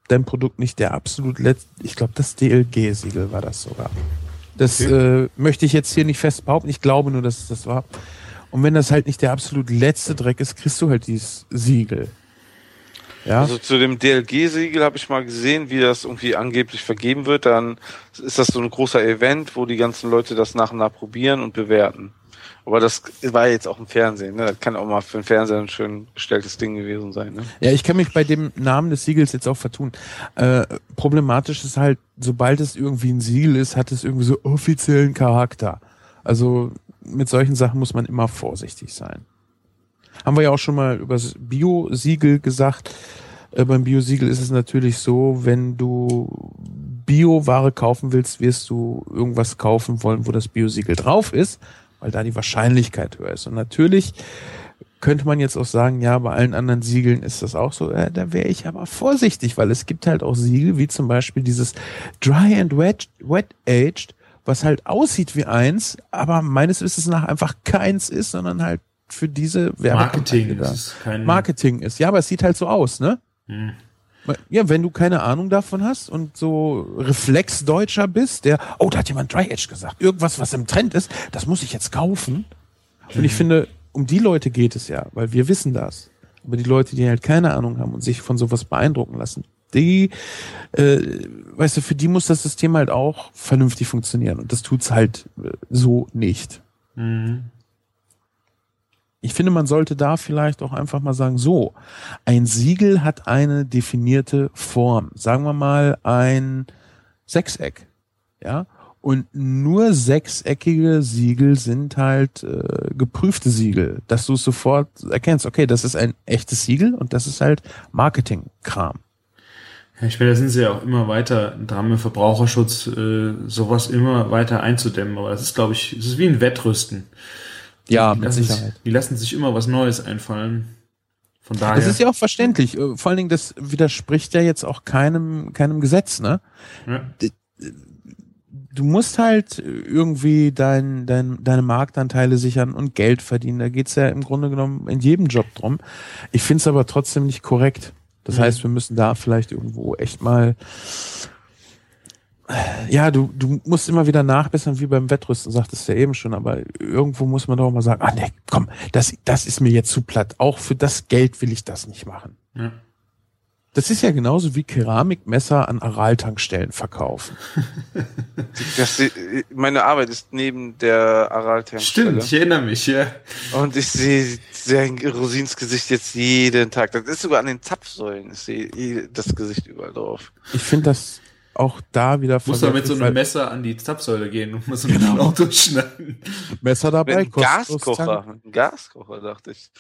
dein Produkt nicht der absolut letzte, ich glaube, das D L G-Siegel war das sogar. Das okay. äh, möchte ich jetzt hier nicht fest behaupten, ich glaube nur, dass es das war. Und wenn das halt nicht der absolut letzte Dreck ist, kriegst du halt dieses Siegel. Ja? Also zu dem D L G-Siegel habe ich mal gesehen, wie das irgendwie angeblich vergeben wird. Dann ist das so ein großer Event, wo die ganzen Leute das nach und nach probieren und bewerten. Aber das war jetzt auch im Fernsehen, ne? Das kann auch mal für den Fernseher ein schön gestelltes Ding gewesen sein, ne? Ja, ich kann mich bei dem Namen des Siegels jetzt auch vertun. Äh, problematisch ist halt, sobald es irgendwie ein Siegel ist, hat es irgendwie so offiziellen Charakter. Also mit solchen Sachen muss man immer vorsichtig sein. Haben wir ja auch schon mal über das Bio-Siegel gesagt. Äh, beim Bio-Siegel ist es natürlich so, wenn du Bio-Ware kaufen willst, wirst du irgendwas kaufen wollen, wo das Bio-Siegel drauf ist, weil da die Wahrscheinlichkeit höher ist. Und natürlich könnte man jetzt auch sagen, ja, bei allen anderen Siegeln ist das auch so. Äh, da wäre ich aber vorsichtig, weil es gibt halt auch Siegel, wie zum Beispiel dieses Dry and Wet, Wet Aged, was halt aussieht wie eins, aber meines Wissens nach einfach keins ist, sondern halt für diese Marketing da. ist kein Marketing ist. Ja, aber es sieht halt so aus, ne? Hm. Ja, wenn du keine Ahnung davon hast und so Reflexdeutscher bist, der, oh, da hat jemand Dry Edge gesagt, irgendwas, was im Trend ist, das muss ich jetzt kaufen. Und ich finde, um die Leute geht es ja, weil wir wissen das. Aber die Leute, die halt keine Ahnung haben und sich von sowas beeindrucken lassen, die, äh, weißt du, für die muss das System halt auch vernünftig funktionieren. Und das tut's halt äh, so nicht. Mhm. Ich finde, man sollte da vielleicht auch einfach mal sagen, so, ein Siegel hat eine definierte Form. Sagen wir mal ein Sechseck. Ja, und nur sechseckige Siegel sind halt äh, geprüfte Siegel, dass du es sofort erkennst, okay, das ist ein echtes Siegel und das ist halt Marketing-Kram. Ja, ich meine, da sind sie ja auch immer weiter dran mit Verbraucherschutz, äh, sowas immer weiter einzudämmen. Aber das ist, glaube ich, es ist wie ein Wettrüsten. Ja, die mit lassen Sicherheit. Sich, die lassen sich immer was Neues einfallen. Von daher. Das ist ja auch verständlich. Vor allen Dingen, das widerspricht ja jetzt auch keinem, keinem Gesetz, ne? Ja. Du musst halt irgendwie dein, dein, deine Marktanteile sichern und Geld verdienen. Da geht's ja im Grunde genommen in jedem Job drum. Ich find's aber trotzdem nicht korrekt. Das Mhm. heißt, wir müssen da vielleicht irgendwo echt mal, ja, du, du musst immer wieder nachbessern, wie beim Wettrüsten, sagtest du ja eben schon, aber irgendwo muss man doch mal sagen, ah nee, komm, das, das ist mir jetzt zu platt. Auch für das Geld will ich das nicht machen. Ja. Das ist ja genauso wie Keramikmesser an Aral-Tankstellen verkaufen. Das, meine Arbeit ist neben der Aral-Tankstelle. Stimmt, ich erinnere mich, ja. Und ich sehe sein Rosins Gesicht jetzt jeden Tag. Das ist sogar an den Zapfsäulen. Ich sehe das Gesicht überall drauf. Ich finde das auch da wieder Muss da mit so weil einem Messer an die Zapfsäule gehen und muss so einen genau. durchschneiden. Messer dabei, Ein kostenlos Gaskocher. Zangen. Ein Gaskocher, dachte ich.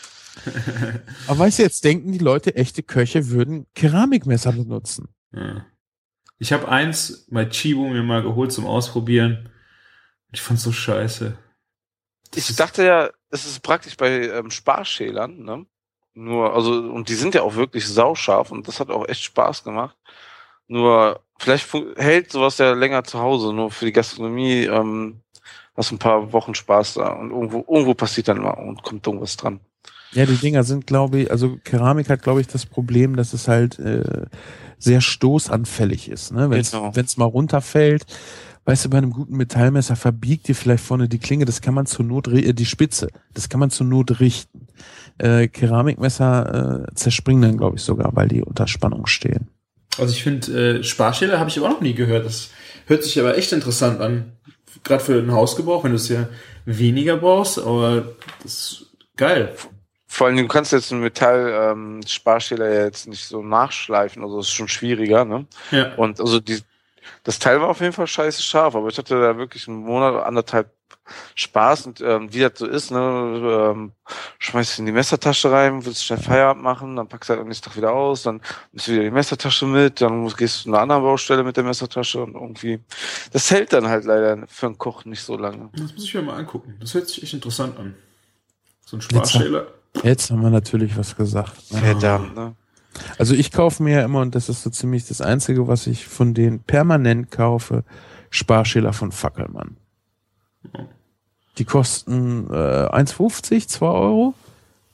Aber weißt du, jetzt denken die Leute, echte Köche würden Keramikmesser benutzen. Ja. Ich habe eins bei Chibo mir mal geholt zum Ausprobieren. Ich fand's so scheiße. Das Ich dachte ja, es ist praktisch bei ähm, Sparschälern, ne? Nur, also, und die sind ja auch wirklich sauscharf und das hat auch echt Spaß gemacht. Nur, vielleicht fu- hält sowas ja länger zu Hause, nur für die Gastronomie, ähm, hast ein paar Wochen Spaß da und irgendwo, irgendwo passiert dann mal und kommt irgendwas dran. Ja, die Dinger sind, glaube ich, also Keramik hat, glaube ich, das Problem, dass es halt äh, sehr stoßanfällig ist. Ne? Wenn es Genau. mal runterfällt, weißt du, bei einem guten Metallmesser verbiegt dir vielleicht vorne die Klinge, das kann man zur Not, ri- äh, die Spitze, das kann man zur Not richten. Äh, Keramikmesser äh, zerspringen dann, glaube ich, sogar, weil die unter Spannung stehen. Also ich finde, äh, Sparschäler habe ich aber auch noch nie gehört. Das hört sich aber echt interessant an. Gerade für den Hausgebrauch, wenn du es ja weniger brauchst, aber das ist geil. Vor allem, du kannst jetzt einen Metall, ähm, Sparschäler ja jetzt nicht so nachschleifen, also das ist schon schwieriger, ne? Ja. Und also die, das Teil war auf jeden Fall scheiße scharf, aber ich hatte da wirklich einen Monat oder anderthalb Spaß und ähm, wie das so ist, ne, ähm, schmeißt du in die Messertasche rein, willst schnell Feierabend machen, dann packst du halt am nächsten Tag wieder aus, dann nimmst du wieder die Messertasche mit, dann musst, gehst du zu einer anderen Baustelle mit der Messertasche und irgendwie, das hält dann halt leider für einen Koch nicht so lange. Das muss ich mir mal angucken. Das hört sich echt interessant an. So ein Sparschäler. Jetzt haben wir natürlich was gesagt. Ne? Verdammt, ne? Also ich kaufe mir ja immer, und das ist so ziemlich das Einzige, was ich von denen permanent kaufe, Sparschäler von Fackelmann. Die kosten äh, eins fünfzig, zwei Euro.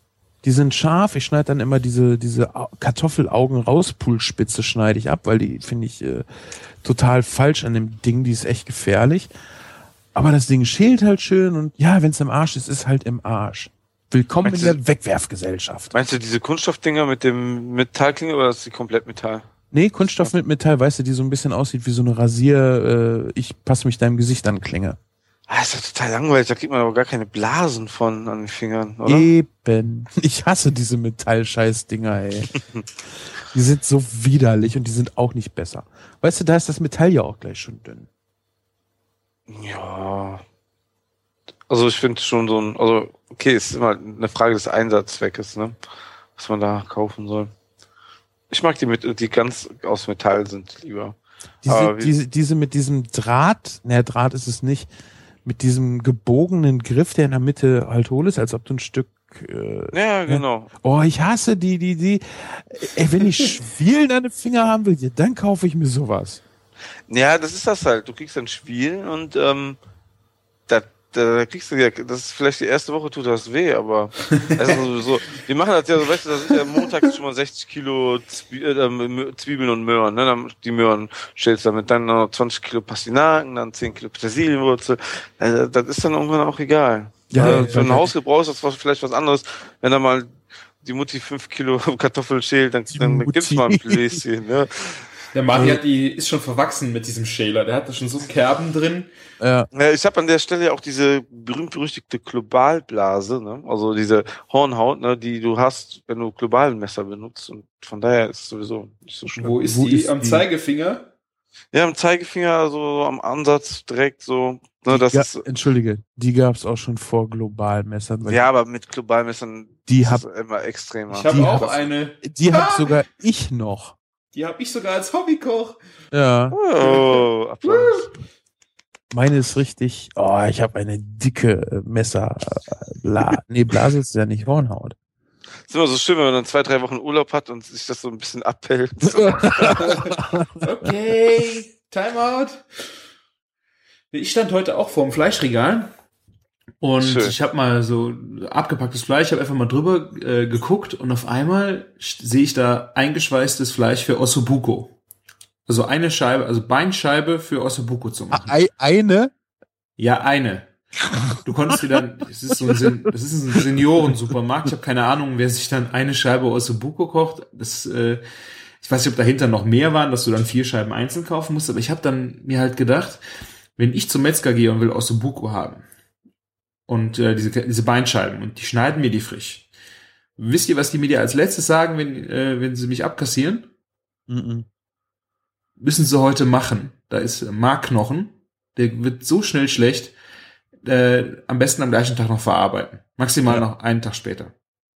Die sind scharf. Ich schneide dann immer diese diese Kartoffelaugen rauspulspitze schneide ich ab, weil die finde ich äh, total falsch an dem Ding. Die ist echt gefährlich. Aber das Ding schält halt schön und ja, wenn es im Arsch ist, ist halt im Arsch. Willkommen Meinst in du- der Wegwerfgesellschaft. Meinst du diese Kunststoffdinger mit dem Metallklinge oder ist die komplett Metall? Nee, Kunststoff mit Metall, weißt du, die so ein bisschen aussieht wie so eine Rasier, äh, ich passe mich deinem Gesicht an Klinge. Ah, ist doch total langweilig, da kriegt man aber gar keine Blasen von an den Fingern, oder? Eben. Ich hasse diese Metallscheiß-Dinger, ey. Die sind so widerlich und die sind auch nicht besser. Weißt du, da ist das Metall ja auch gleich schon dünn. Ja. Also ich finde schon so ein, also okay, es ist immer eine Frage des Einsatzzweckes, ne? Was man da kaufen soll. Ich mag die mit, die ganz aus Metall sind lieber. Diese, Aber wie- diese, diese mit diesem Draht, ne, Draht ist es nicht, mit diesem gebogenen Griff, der in der Mitte halt hohl ist, als ob du ein Stück, äh, Ja, genau. oh, ich hasse die, die, die, ey, wenn ich Schwielen an den Finger haben will, ja, dann kaufe ich mir sowas. Ja, das ist das halt. Du kriegst dann Spielen und ähm, da, da kriegst du ja, das ist vielleicht die erste Woche tut das weh, aber also so, die machen das ja so, weißt du, da sind ja montags schon mal sechzig Kilo Zwie äh, Zwiebeln und Möhren, ne? Dann die Möhren stellst du damit, dann noch zwanzig Kilo Pastinaken, dann zehn Kilo Petersilienwurzel. Also, das ist dann irgendwann auch egal. Ja, Ja, ja, für ein ja. Hausgebrauch ist das was- vielleicht was anderes. Wenn da mal die Mutti fünf Kilo Kartoffeln schält, dann, Die dann Mutti. gibt's mal ein Bläschen, ne? Der Mari hat die, ist schon verwachsen mit diesem Schäler. Der hat da schon so Kerben drin. Ja, Ja, ich habe an der Stelle auch diese berühmt-berüchtigte Globalblase, ne? Also diese Hornhaut, ne, die du hast, wenn du Globalmesser benutzt. Und von daher ist es sowieso nicht so schlimm. Wo ist Wo die? ist Am die? Zeigefinger? Ja, am Zeigefinger, so am Ansatz direkt so. Ne, das ja, ist, entschuldige, die gab's auch schon vor Globalmessern. weil ja, aber mit Globalmessern Die ist hab- es immer extremer. Ich habe Die auch hab- eine. Die hab sogar ich noch. Die habe ich sogar als Hobbykoch. Ja, Oh, Applaus. meine ist richtig, oh, ich habe eine dicke äh, Messer. Äh, Bla, nee, Blase ist ja nicht Hornhaut. Ist immer so schön, wenn man dann zwei, drei Wochen Urlaub hat und sich das so ein bisschen abhält. Okay, Timeout. Ich stand heute auch vorm Fleischregal und Schön. ich habe mal so abgepacktes Fleisch, habe einfach mal drüber äh, geguckt und auf einmal sch- sehe ich da eingeschweißtes Fleisch für Ossobuco. Also eine Scheibe, also Beinscheibe für Ossobuco zu machen. Ei- Eine? Ja, eine. Du konntest dir dann, das ist so ein, Sen- das ist ein Seniorensupermarkt. Ich habe keine Ahnung, wer sich dann eine Scheibe Ossobuco kocht. Das, äh, ich weiß nicht, ob dahinter noch mehr waren, dass du dann vier Scheiben einzeln kaufen musst. Aber ich habe dann mir halt gedacht, wenn ich zum Metzger gehe und will Ossobuco haben und äh, diese diese Beinscheiben und die schneiden mir die frisch. Wisst ihr, was die mir dir als letztes sagen, wenn äh, wenn sie mich abkassieren? Mhm. Müssen sie heute machen. Da ist Markknochen, der wird so schnell schlecht. Äh, am besten am gleichen Tag noch verarbeiten. Maximal Ja. noch einen Tag später.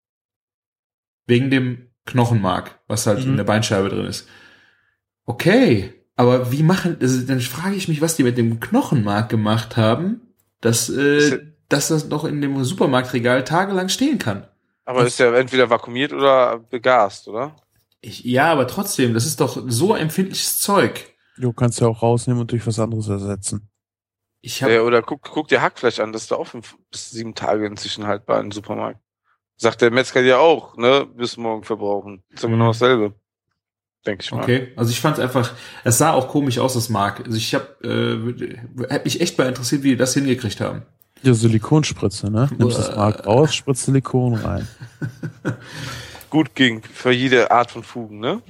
Wegen dem Knochenmark, was halt Mhm. in der Beinscheibe drin ist. Okay, aber wie machen, also dann frage ich mich, was die mit dem Knochenmark gemacht haben, dass, äh, dass das noch in dem Supermarktregal tagelang stehen kann. Aber ist ja entweder vakuumiert oder begast, oder? Ich, ja, aber trotzdem, das ist doch so empfindliches Zeug. Du kannst ja auch rausnehmen und durch was anderes ersetzen. Ich hab, Ja, oder guck, guck dir Hackfleisch an, das ist da auch fünf bis sieben Tage inzwischen haltbar im Supermarkt. Sagt der Metzger dir auch, ne, bis morgen verbrauchen. Ist ja Mhm. genau dasselbe. Denke ich mal. Okay, also ich fand einfach, es sah auch komisch aus, das Mark. Also ich habe, äh, hab mich echt mal interessiert, wie die das hingekriegt haben. Ja, Silikonspritze, ne? Nimmst das Uah. Mark raus, spritzt Silikon rein. Gut gegen, für jede Art von Fugen, ne?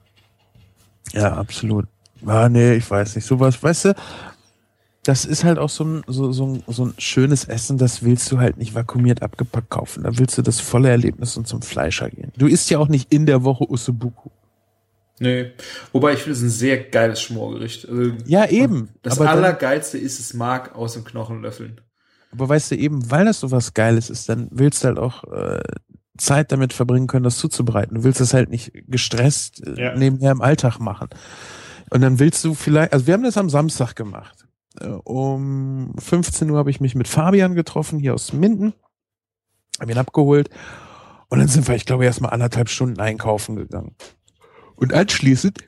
Ja, absolut. Ah, nee, ich weiß nicht. Sowas, weißt du, das ist halt auch so ein, so, so, ein, so ein schönes Essen, das willst du halt nicht vakuumiert abgepackt kaufen. Da willst du das volle Erlebnis und zum Fleischer gehen. Du isst ja auch nicht in der Woche Ossobuco. Nee. Wobei ich finde, es ist ein sehr geiles Schmorgericht. Also Ja, eben. das aber, dann, Allergeilste ist es Mark aus dem Knochen löffeln. aber weißt du, eben, weil das so was Geiles ist, dann willst du halt auch äh, Zeit damit verbringen können, das zuzubereiten. Du willst das halt nicht gestresst äh, Ja. nebenher im Alltag machen. Und dann willst du vielleicht, also wir haben das am Samstag gemacht. Äh, Um fünfzehn Uhr habe ich mich mit Fabian getroffen, hier aus Minden. Hab ihn abgeholt. Und dann sind wir, ich glaube, erstmal anderthalb Stunden einkaufen gegangen. Und anschließend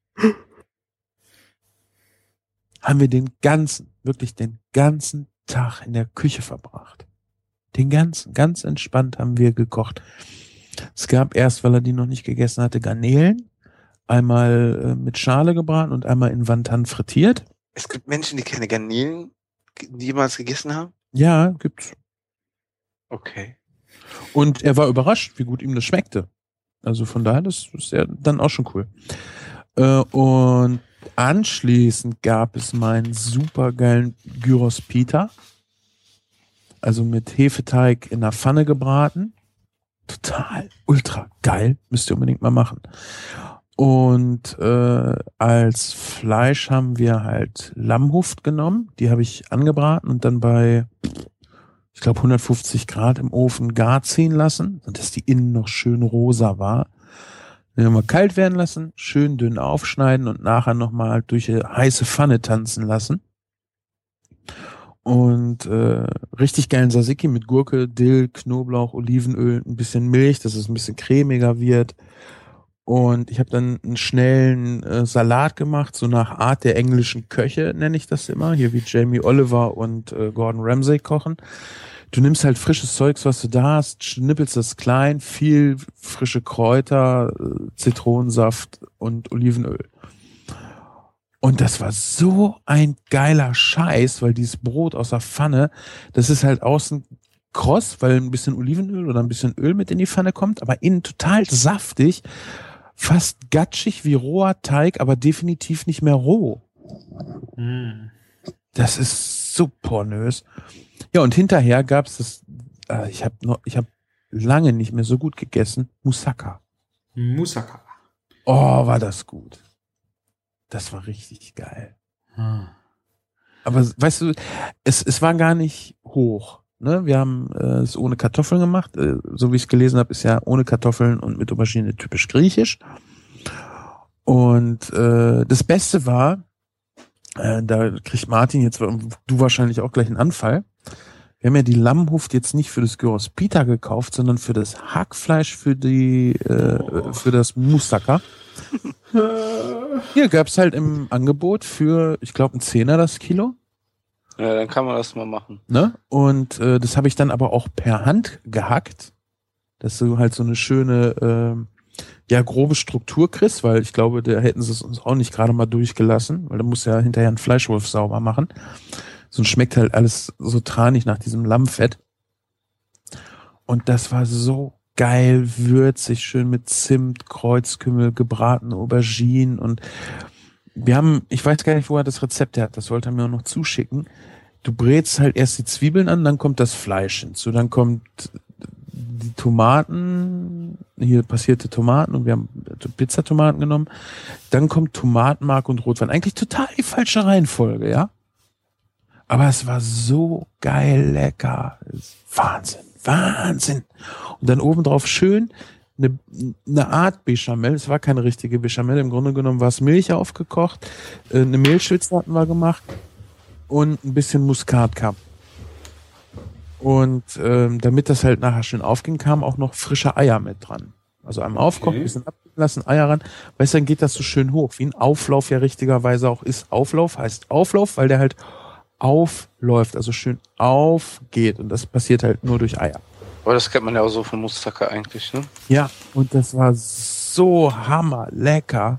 haben wir den ganzen, wirklich den ganzen Tag in der Küche verbracht. Den ganzen, ganz entspannt haben wir gekocht. Es gab erst, weil er die noch nicht gegessen hatte, Garnelen. Einmal äh, mit Schale gebraten und einmal in Wantan frittiert. Es gibt Menschen, die keine Garnelen jemals gegessen haben? Ja, gibt's. Okay. Und er war überrascht, wie gut ihm das schmeckte. Also von daher, das ist ja dann auch schon cool. Äh, und anschließend gab es meinen supergeilen Gyros Pita. Also mit Hefeteig in der Pfanne gebraten. Total ultra geil. Müsst ihr unbedingt mal machen. Und äh, als Fleisch haben wir halt Lammhuft genommen. Die habe ich angebraten und dann bei, ich glaube, hundertfünfzig Grad im Ofen gar ziehen lassen, dass die innen noch schön rosa war. Dann haben wir kalt werden lassen, schön dünn aufschneiden und nachher nochmal durch eine heiße Pfanne tanzen lassen. Und äh, richtig geilen Tzatziki mit Gurke, Dill, Knoblauch, Olivenöl, ein bisschen Milch, dass es ein bisschen cremiger wird. Und ich habe dann einen schnellen äh, Salat gemacht, so nach Art der englischen Köche, nenne ich das immer, hier wie Jamie Oliver und äh, Gordon Ramsay kochen. Du nimmst halt frisches Zeugs, was du da hast, schnippelst das klein, viel frische Kräuter, äh, Zitronensaft und Olivenöl. Und das war so ein geiler Scheiß, weil dieses Brot aus der Pfanne, das ist halt außen kross, weil ein bisschen Olivenöl oder ein bisschen Öl mit in die Pfanne kommt, aber innen total saftig, fast gatschig wie roher Teig, aber definitiv nicht mehr roh. Mm. Das ist so pornös. Ja, und hinterher gab's das, äh, ich habe noch, ich habe lange nicht mehr so gut gegessen, Moussaka. Moussaka. Oh, war das gut. Das war richtig geil. Hm. Aber weißt du, es, es war gar nicht hoch. Ne? Wir haben äh, es ohne Kartoffeln gemacht. Äh, so wie ich es gelesen habe, ist ja ohne Kartoffeln und mit Aubergine typisch griechisch. Und äh, das Beste war, äh, da kriegt Martin jetzt, du wahrscheinlich auch gleich einen Anfall. Wir haben ja die Lammhuft jetzt nicht für das Gyros Pita gekauft, sondern für das Hackfleisch für die äh, oh. für das Moussaka. Hier gab's halt im Angebot für, ich glaube, ein Zehner das Kilo. Ja, dann kann man das mal machen. Ne? Und äh, das habe ich dann aber auch per Hand gehackt, dass du halt so eine schöne, äh, ja, grobe Struktur kriegst, weil ich glaube, da hätten sie es uns auch nicht gerade mal durchgelassen, weil da muss ja hinterher ein Fleischwolf sauber machen. Sonst schmeckt halt alles so tranig nach diesem Lammfett. Und das war so geil, würzig, schön mit Zimt, Kreuzkümmel, gebratene Auberginen und wir haben, ich weiß gar nicht, wo er das Rezept hat, das wollte er mir auch noch zuschicken. Du brätst halt erst die Zwiebeln an, dann kommt das Fleisch hinzu, dann kommt die Tomaten, hier passierte Tomaten und wir haben Pizzatomaten genommen, dann kommt Tomatenmark und Rotwein. Eigentlich total die falsche Reihenfolge, ja? Aber es war so geil lecker. Wahnsinn, Wahnsinn. Und dann obendrauf schön eine, eine Art Bechamel. Es war keine richtige Bechamel. Im Grunde genommen war es Milch aufgekocht. Eine Mehlschwitze hatten wir gemacht. Und ein bisschen Muskatkap. Und ähm, damit das halt nachher schön aufging, kamen auch noch frische Eier mit dran. Also einmal Okay. aufkochen, ein bisschen abgeben lassen, Eier ran. Weißt du, dann geht das so schön hoch. Wie ein Auflauf ja richtigerweise auch ist. Auflauf heißt Auflauf, weil der halt aufläuft, also schön aufgeht. Und das passiert halt nur durch Eier. Aber das kennt man ja auch so von Moussaka eigentlich, ne? Ja, und das war so hammer lecker.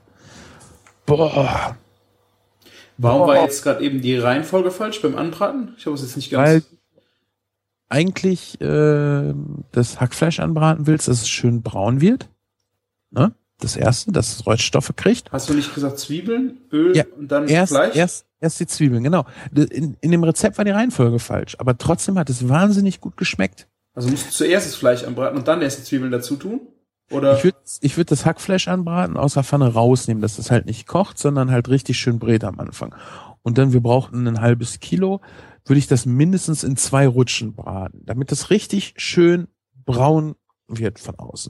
Boah. Warum Boah. war jetzt gerade eben die Reihenfolge falsch beim Anbraten? Ich habe es jetzt nicht ganz... Weil eigentlich äh, das Hackfleisch anbraten willst, dass es schön braun wird. Ne? Das erste, dass es Röststoffe kriegt. Hast du nicht gesagt Zwiebeln, Öl Ja, und dann Erst, Fleisch? erst, erst die Zwiebeln, genau. In, in dem Rezept war die Reihenfolge falsch, aber trotzdem hat es wahnsinnig gut geschmeckt. Also musst du zuerst das Fleisch anbraten und dann erst die Zwiebeln dazu tun? Oder? Ich würde ich würd das Hackfleisch anbraten, aus der Pfanne rausnehmen, dass das halt nicht kocht, sondern halt richtig schön brät am Anfang. Und dann, wir brauchten ein halbes Kilo, würde ich das mindestens in zwei Rutschen braten, damit das richtig schön braun wird von außen.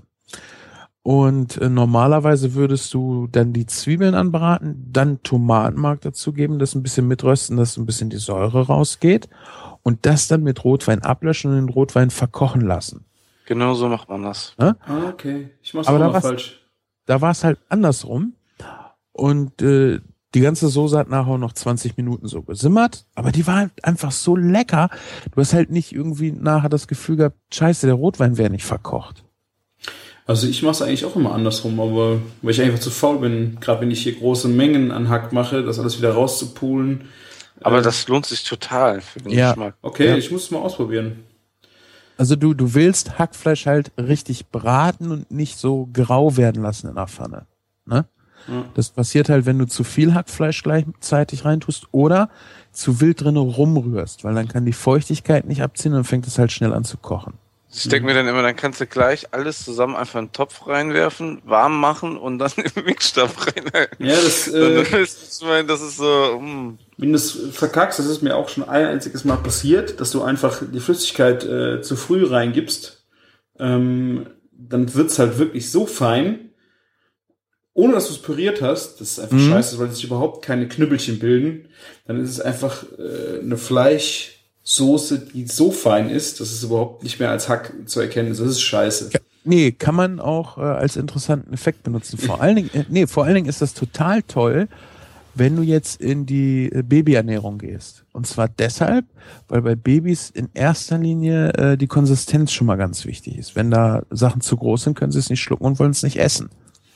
Und äh, normalerweise würdest du dann die Zwiebeln anbraten, dann Tomatenmark dazugeben, das ein bisschen mitrösten, dass ein bisschen die Säure rausgeht und das dann mit Rotwein ablöschen und den Rotwein verkochen lassen. Genau so macht man das. Ah, okay. Ich mach's Aber auch da mal war's- falsch. Da war es halt andersrum und äh, die ganze Soße hat nachher noch zwanzig Minuten so gesimmert, aber die war halt einfach so lecker. Du hast halt nicht irgendwie nachher das Gefühl gehabt, scheiße, der Rotwein wäre nicht verkocht. Also ich mache es eigentlich auch immer andersrum, aber weil ich einfach zu faul bin, gerade wenn ich hier große Mengen an Hack mache, das alles wieder rauszupulen. Aber äh, das lohnt sich total für den Ja. Geschmack. Okay, Ja. ich muss es mal ausprobieren. Also du, du willst Hackfleisch halt richtig braten und nicht so grau werden lassen in der Pfanne. Ne? Ja. Das passiert halt, wenn du zu viel Hackfleisch gleichzeitig reintust oder zu wild drinne rumrührst, weil dann kann die Feuchtigkeit nicht abziehen und dann fängt es halt schnell an zu kochen. Ich denke mir dann immer, dann kannst du gleich alles zusammen einfach in den Topf reinwerfen, warm machen und dann im Mixstab rein. Ja, das, Dann äh, ist, ich meine, das ist so, mm. wenn du es verkackst, das ist mir auch schon ein einziges Mal passiert, dass du einfach die Flüssigkeit äh, zu früh reingibst, ähm, dann wird's halt wirklich so fein, ohne dass du es püriert hast, das ist einfach Mhm. scheiße, weil sich überhaupt keine Knüppelchen bilden, dann ist es einfach äh, eine Fleischsoße, die so fein ist, dass es überhaupt nicht mehr als Hack zu erkennen ist. Das ist scheiße. Nee, kann man auch äh, als interessanten Effekt benutzen. Vor allen Dingen, äh, nee, vor allen Dingen ist das total toll, wenn du jetzt in die äh, Babyernährung gehst. Und zwar deshalb, weil bei Babys in erster Linie äh, die Konsistenz schon mal ganz wichtig ist. Wenn da Sachen zu groß sind, können sie es nicht schlucken und wollen es nicht essen.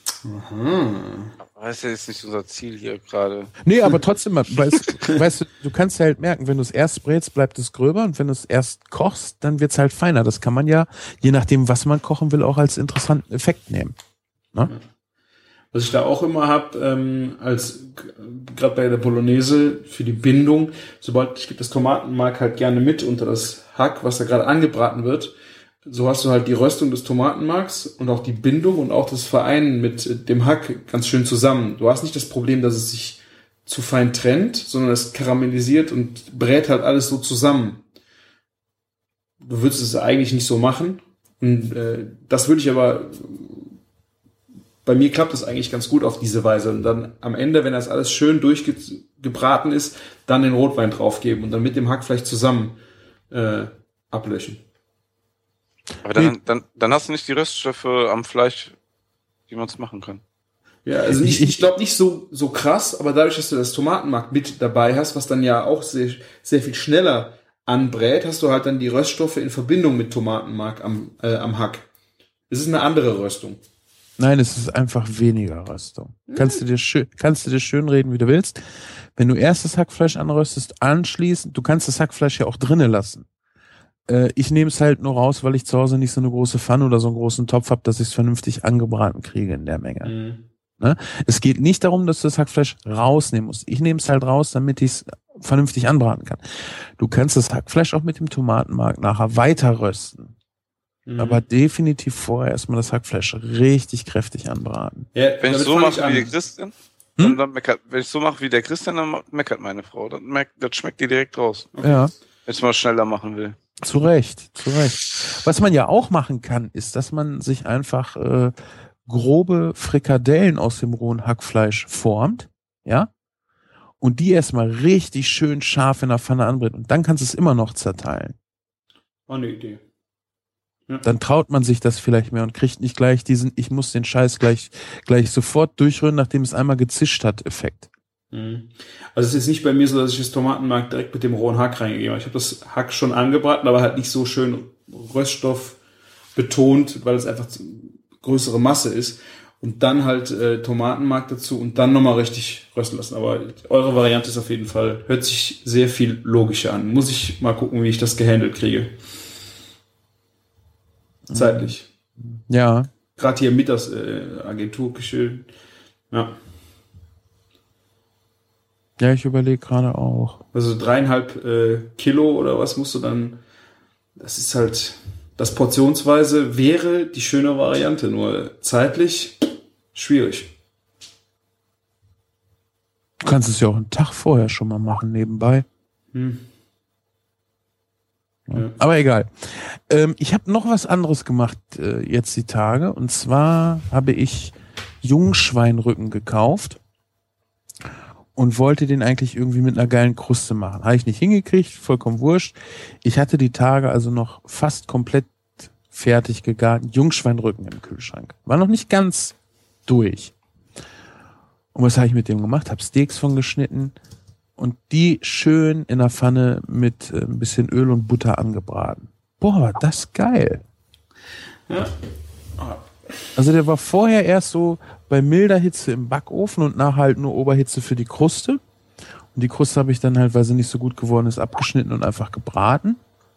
Das ist ja jetzt nicht unser Ziel hier gerade. Nee, aber trotzdem, weißt, weißt du, du kannst ja halt merken, wenn du es erst brätst, bleibt es gröber und wenn du es erst kochst, dann wird es halt feiner. Das kann man ja, je nachdem, was man kochen will, auch als interessanten Effekt nehmen. Ne? Was ich da auch immer habe, ähm, als gerade bei der Bolognese für die Bindung, sobald ich gebe das Tomatenmark halt gerne mit unter das Hack, was da gerade angebraten wird, so hast du halt die Röstung des Tomatenmarks und auch die Bindung und auch das Vereinen mit dem Hack ganz schön zusammen. Du hast nicht das Problem, dass es sich zu fein trennt, sondern es karamellisiert und brät halt alles so zusammen. Du würdest es eigentlich nicht so machen. Und äh, das würde ich aber, bei mir klappt das eigentlich ganz gut auf diese Weise. Und dann am Ende, wenn das alles schön durchgebraten ist, dann den Rotwein draufgeben und dann mit dem Hack vielleicht zusammen äh, ablöschen. Aber dann, Nee. dann, dann hast du nicht die Röststoffe am Fleisch, wie man es machen kann. Ja, also nicht, Ich- ich glaube nicht so so krass, aber dadurch, dass du das Tomatenmark mit dabei hast, was dann ja auch sehr, sehr viel schneller anbrät, hast du halt dann die Röststoffe in Verbindung mit Tomatenmark am, äh, am Hack. Es ist eine andere Röstung. Nein, es ist einfach weniger Röstung. Kannst du dir schön, kannst du dir schön reden, wie du willst. Wenn du erst das Hackfleisch anröstest, anschließend, du kannst das Hackfleisch ja auch drinnen lassen. Äh, ich nehme es halt nur raus, weil ich zu Hause nicht so eine große Pfanne oder so einen großen Topf habe, dass ich es vernünftig angebraten kriege in der Menge. Mhm. Es geht nicht darum, dass du das Hackfleisch rausnehmen musst. Ich nehme es halt raus, damit ich es vernünftig anbraten kann. Du kannst das Hackfleisch auch mit dem Tomatenmark nachher weiter rösten. Mhm. Aber definitiv vorher erstmal das Hackfleisch richtig kräftig anbraten. ja, Wenn ich damit so fang mache an. wie der Christian, Hm? dann, dann meckert, wenn ich so mache wie der Christian, dann meckert meine Frau. Dann merkt, das schmeckt die direkt raus. Ja, Wenn ich mal schneller machen will. zu Recht, zu Recht. Was man ja auch machen kann, ist, dass man sich einfach äh, grobe Frikadellen aus dem rohen Hackfleisch formt, ja, und die erstmal richtig schön scharf in der Pfanne anbrät und dann kannst du es immer noch zerteilen. War eine Idee. Ja. Dann traut man sich das vielleicht mehr und kriegt nicht gleich diesen, ich muss den Scheiß gleich, gleich sofort durchrühren, nachdem es einmal gezischt hat, Effekt. Mhm. Also es ist nicht bei mir so, dass ich das Tomatenmark direkt mit dem rohen Hack reingegeben habe. Ich habe das Hack schon angebraten, aber halt nicht so schön Röststoff betont, weil es einfach größere Masse ist. Und dann halt äh, Tomatenmark dazu und dann nochmal richtig rösten lassen. Aber eure Variante ist auf jeden Fall, hört sich sehr viel logischer an. Muss ich mal gucken, wie ich das gehandelt kriege. Zeitlich. Ja, Gerade hier mit das äh, Agenturküche. Ja. ja, ich überlege gerade auch. Also dreieinhalb äh, Kilo oder was musst du dann, das ist halt, das portionsweise wäre die schöne Variante, nur zeitlich schwierig. Du kannst es ja auch einen Tag vorher schon mal machen, nebenbei. Hm. Ja. Ja. Aber egal. Ähm, ich habe noch was anderes gemacht äh, jetzt die Tage. Und zwar habe ich Jungschweinrücken gekauft und wollte den eigentlich irgendwie mit einer geilen Kruste machen. Habe ich nicht hingekriegt, vollkommen wurscht. Ich hatte die Tage also noch fast komplett fertig gegart. Jungschweinrücken im Kühlschrank. War noch nicht ganz durch. Und was habe ich mit dem gemacht? Habe Steaks von geschnitten und die schön in der Pfanne mit äh, ein bisschen Öl und Butter angebraten. Boah, war das geil. Ja. Ah, Also der war vorher erst so bei milder Hitze im Backofen und nachher halt nur Oberhitze für die Kruste. Und die Kruste habe ich dann halt, weil sie nicht so gut geworden ist, abgeschnitten und einfach gebraten.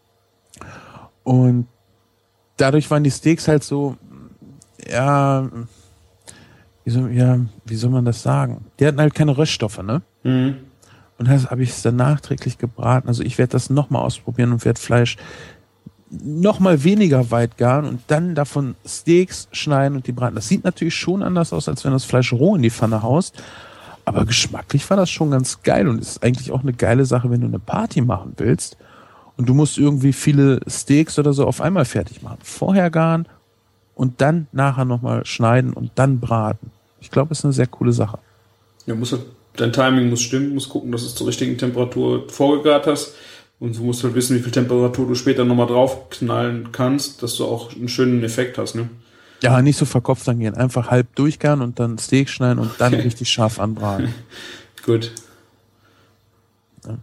Und dadurch waren die Steaks halt so, ja, wie soll, ja, wie soll man das sagen? Die hatten halt keine Röststoffe, ne? Mhm. Und das habe ich es dann nachträglich gebraten. Also ich werde das nochmal ausprobieren und werde Fleisch nochmal weniger weit garen und dann davon Steaks schneiden und die braten. Das sieht natürlich schon anders aus, als wenn das Fleisch roh in die Pfanne haust. Aber geschmacklich war das schon ganz geil und ist eigentlich auch eine geile Sache, wenn du eine Party machen willst und du musst irgendwie viele Steaks oder so auf einmal fertig machen. Vorher garen und dann nachher nochmal schneiden und dann braten. Ich glaube, es ist eine sehr coole Sache. Ja, muss halt, dein Timing muss stimmen, musst gucken, dass du es zur richtigen Temperatur vorgegart hast. Und du musst halt wissen, wie viel Temperatur du später nochmal draufknallen kannst, dass du auch einen schönen Effekt hast, ne? Ja, nicht so verkopft angehen. Einfach halb durchgaren und dann Steak schneiden und dann richtig scharf anbraten. Gut. Ja.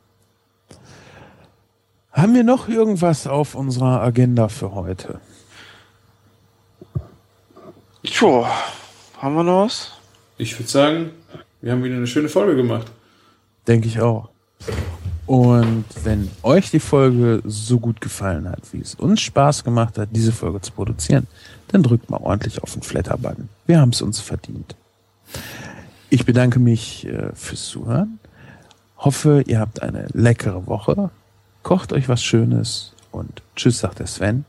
Haben wir noch irgendwas auf unserer Agenda für heute? Tja, haben wir noch was? Ich würde sagen, wir haben wieder eine schöne Folge gemacht. Denke ich auch. Und wenn euch die Folge so gut gefallen hat, wie es uns Spaß gemacht hat, diese Folge zu produzieren, dann drückt mal ordentlich auf den Flatter-Button. Wir haben es uns verdient. Ich bedanke mich äh, fürs Zuhören. Hoffe, ihr habt eine leckere Woche. Kocht euch was Schönes und tschüss, sagt der Sven.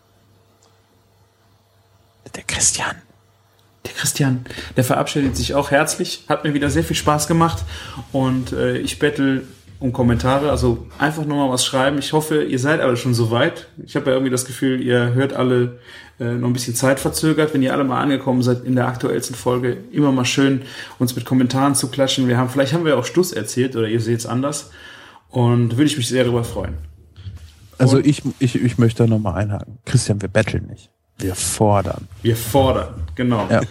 Der Christian. Der Christian, der verabschiedet sich auch herzlich. Hat mir wieder sehr viel Spaß gemacht und äh, ich bettel um Kommentare, also einfach nochmal was schreiben. Ich hoffe, ihr seid alle schon so weit. Ich habe ja irgendwie das Gefühl, ihr hört alle äh, noch ein bisschen zeitverzögert. Wenn ihr alle mal angekommen seid in der aktuellsten Folge, immer mal schön uns mit Kommentaren zu klatschen. Wir haben, vielleicht haben wir auch Stuss erzählt oder ihr seht es anders. Und würde ich mich sehr darüber freuen. Also ich, ich, ich möchte da nochmal einhaken. Christian, wir betteln nicht. Wir fordern. Wir fordern, genau. Ja.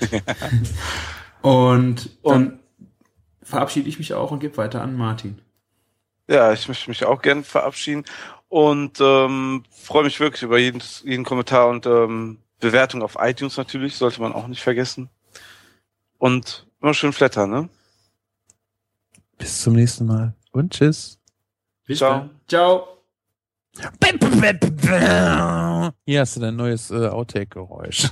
Und dann verabschiede ich mich auch und gebe weiter an Martin. Ja, ich möchte mich auch gerne verabschieden und ähm, freue mich wirklich über jeden, jeden Kommentar und ähm, Bewertung auf iTunes natürlich, sollte man auch nicht vergessen. Und immer schön flattern, ne? Bis zum nächsten Mal und tschüss. Bis Ciao. Dann. Ciao. Hier hast du dein neues äh, Outtake-Geräusch.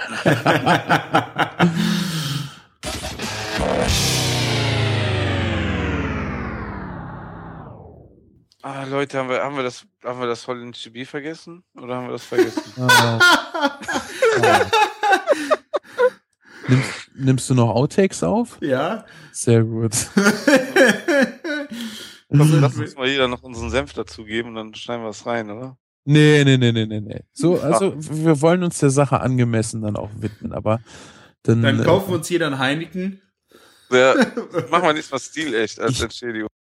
Ah, Leute, haben wir, haben wir das, haben wir das holländische Bier vergessen? Oder haben wir das vergessen? Ah. Ah. Nimmst, nimmst du noch Outtakes auf? Ja. Sehr gut. Komm, lass uns mal jeder noch unseren Senf dazugeben und dann schneiden wir es rein, oder? Nee, nee, nee, nee, nee, nee. So, also, wir wollen uns der Sache angemessen dann auch widmen, aber dann. Dann äh, kaufen wir uns jeder einen Heineken. Ja, machen wir nächstes Mal stilecht als Entschädigung.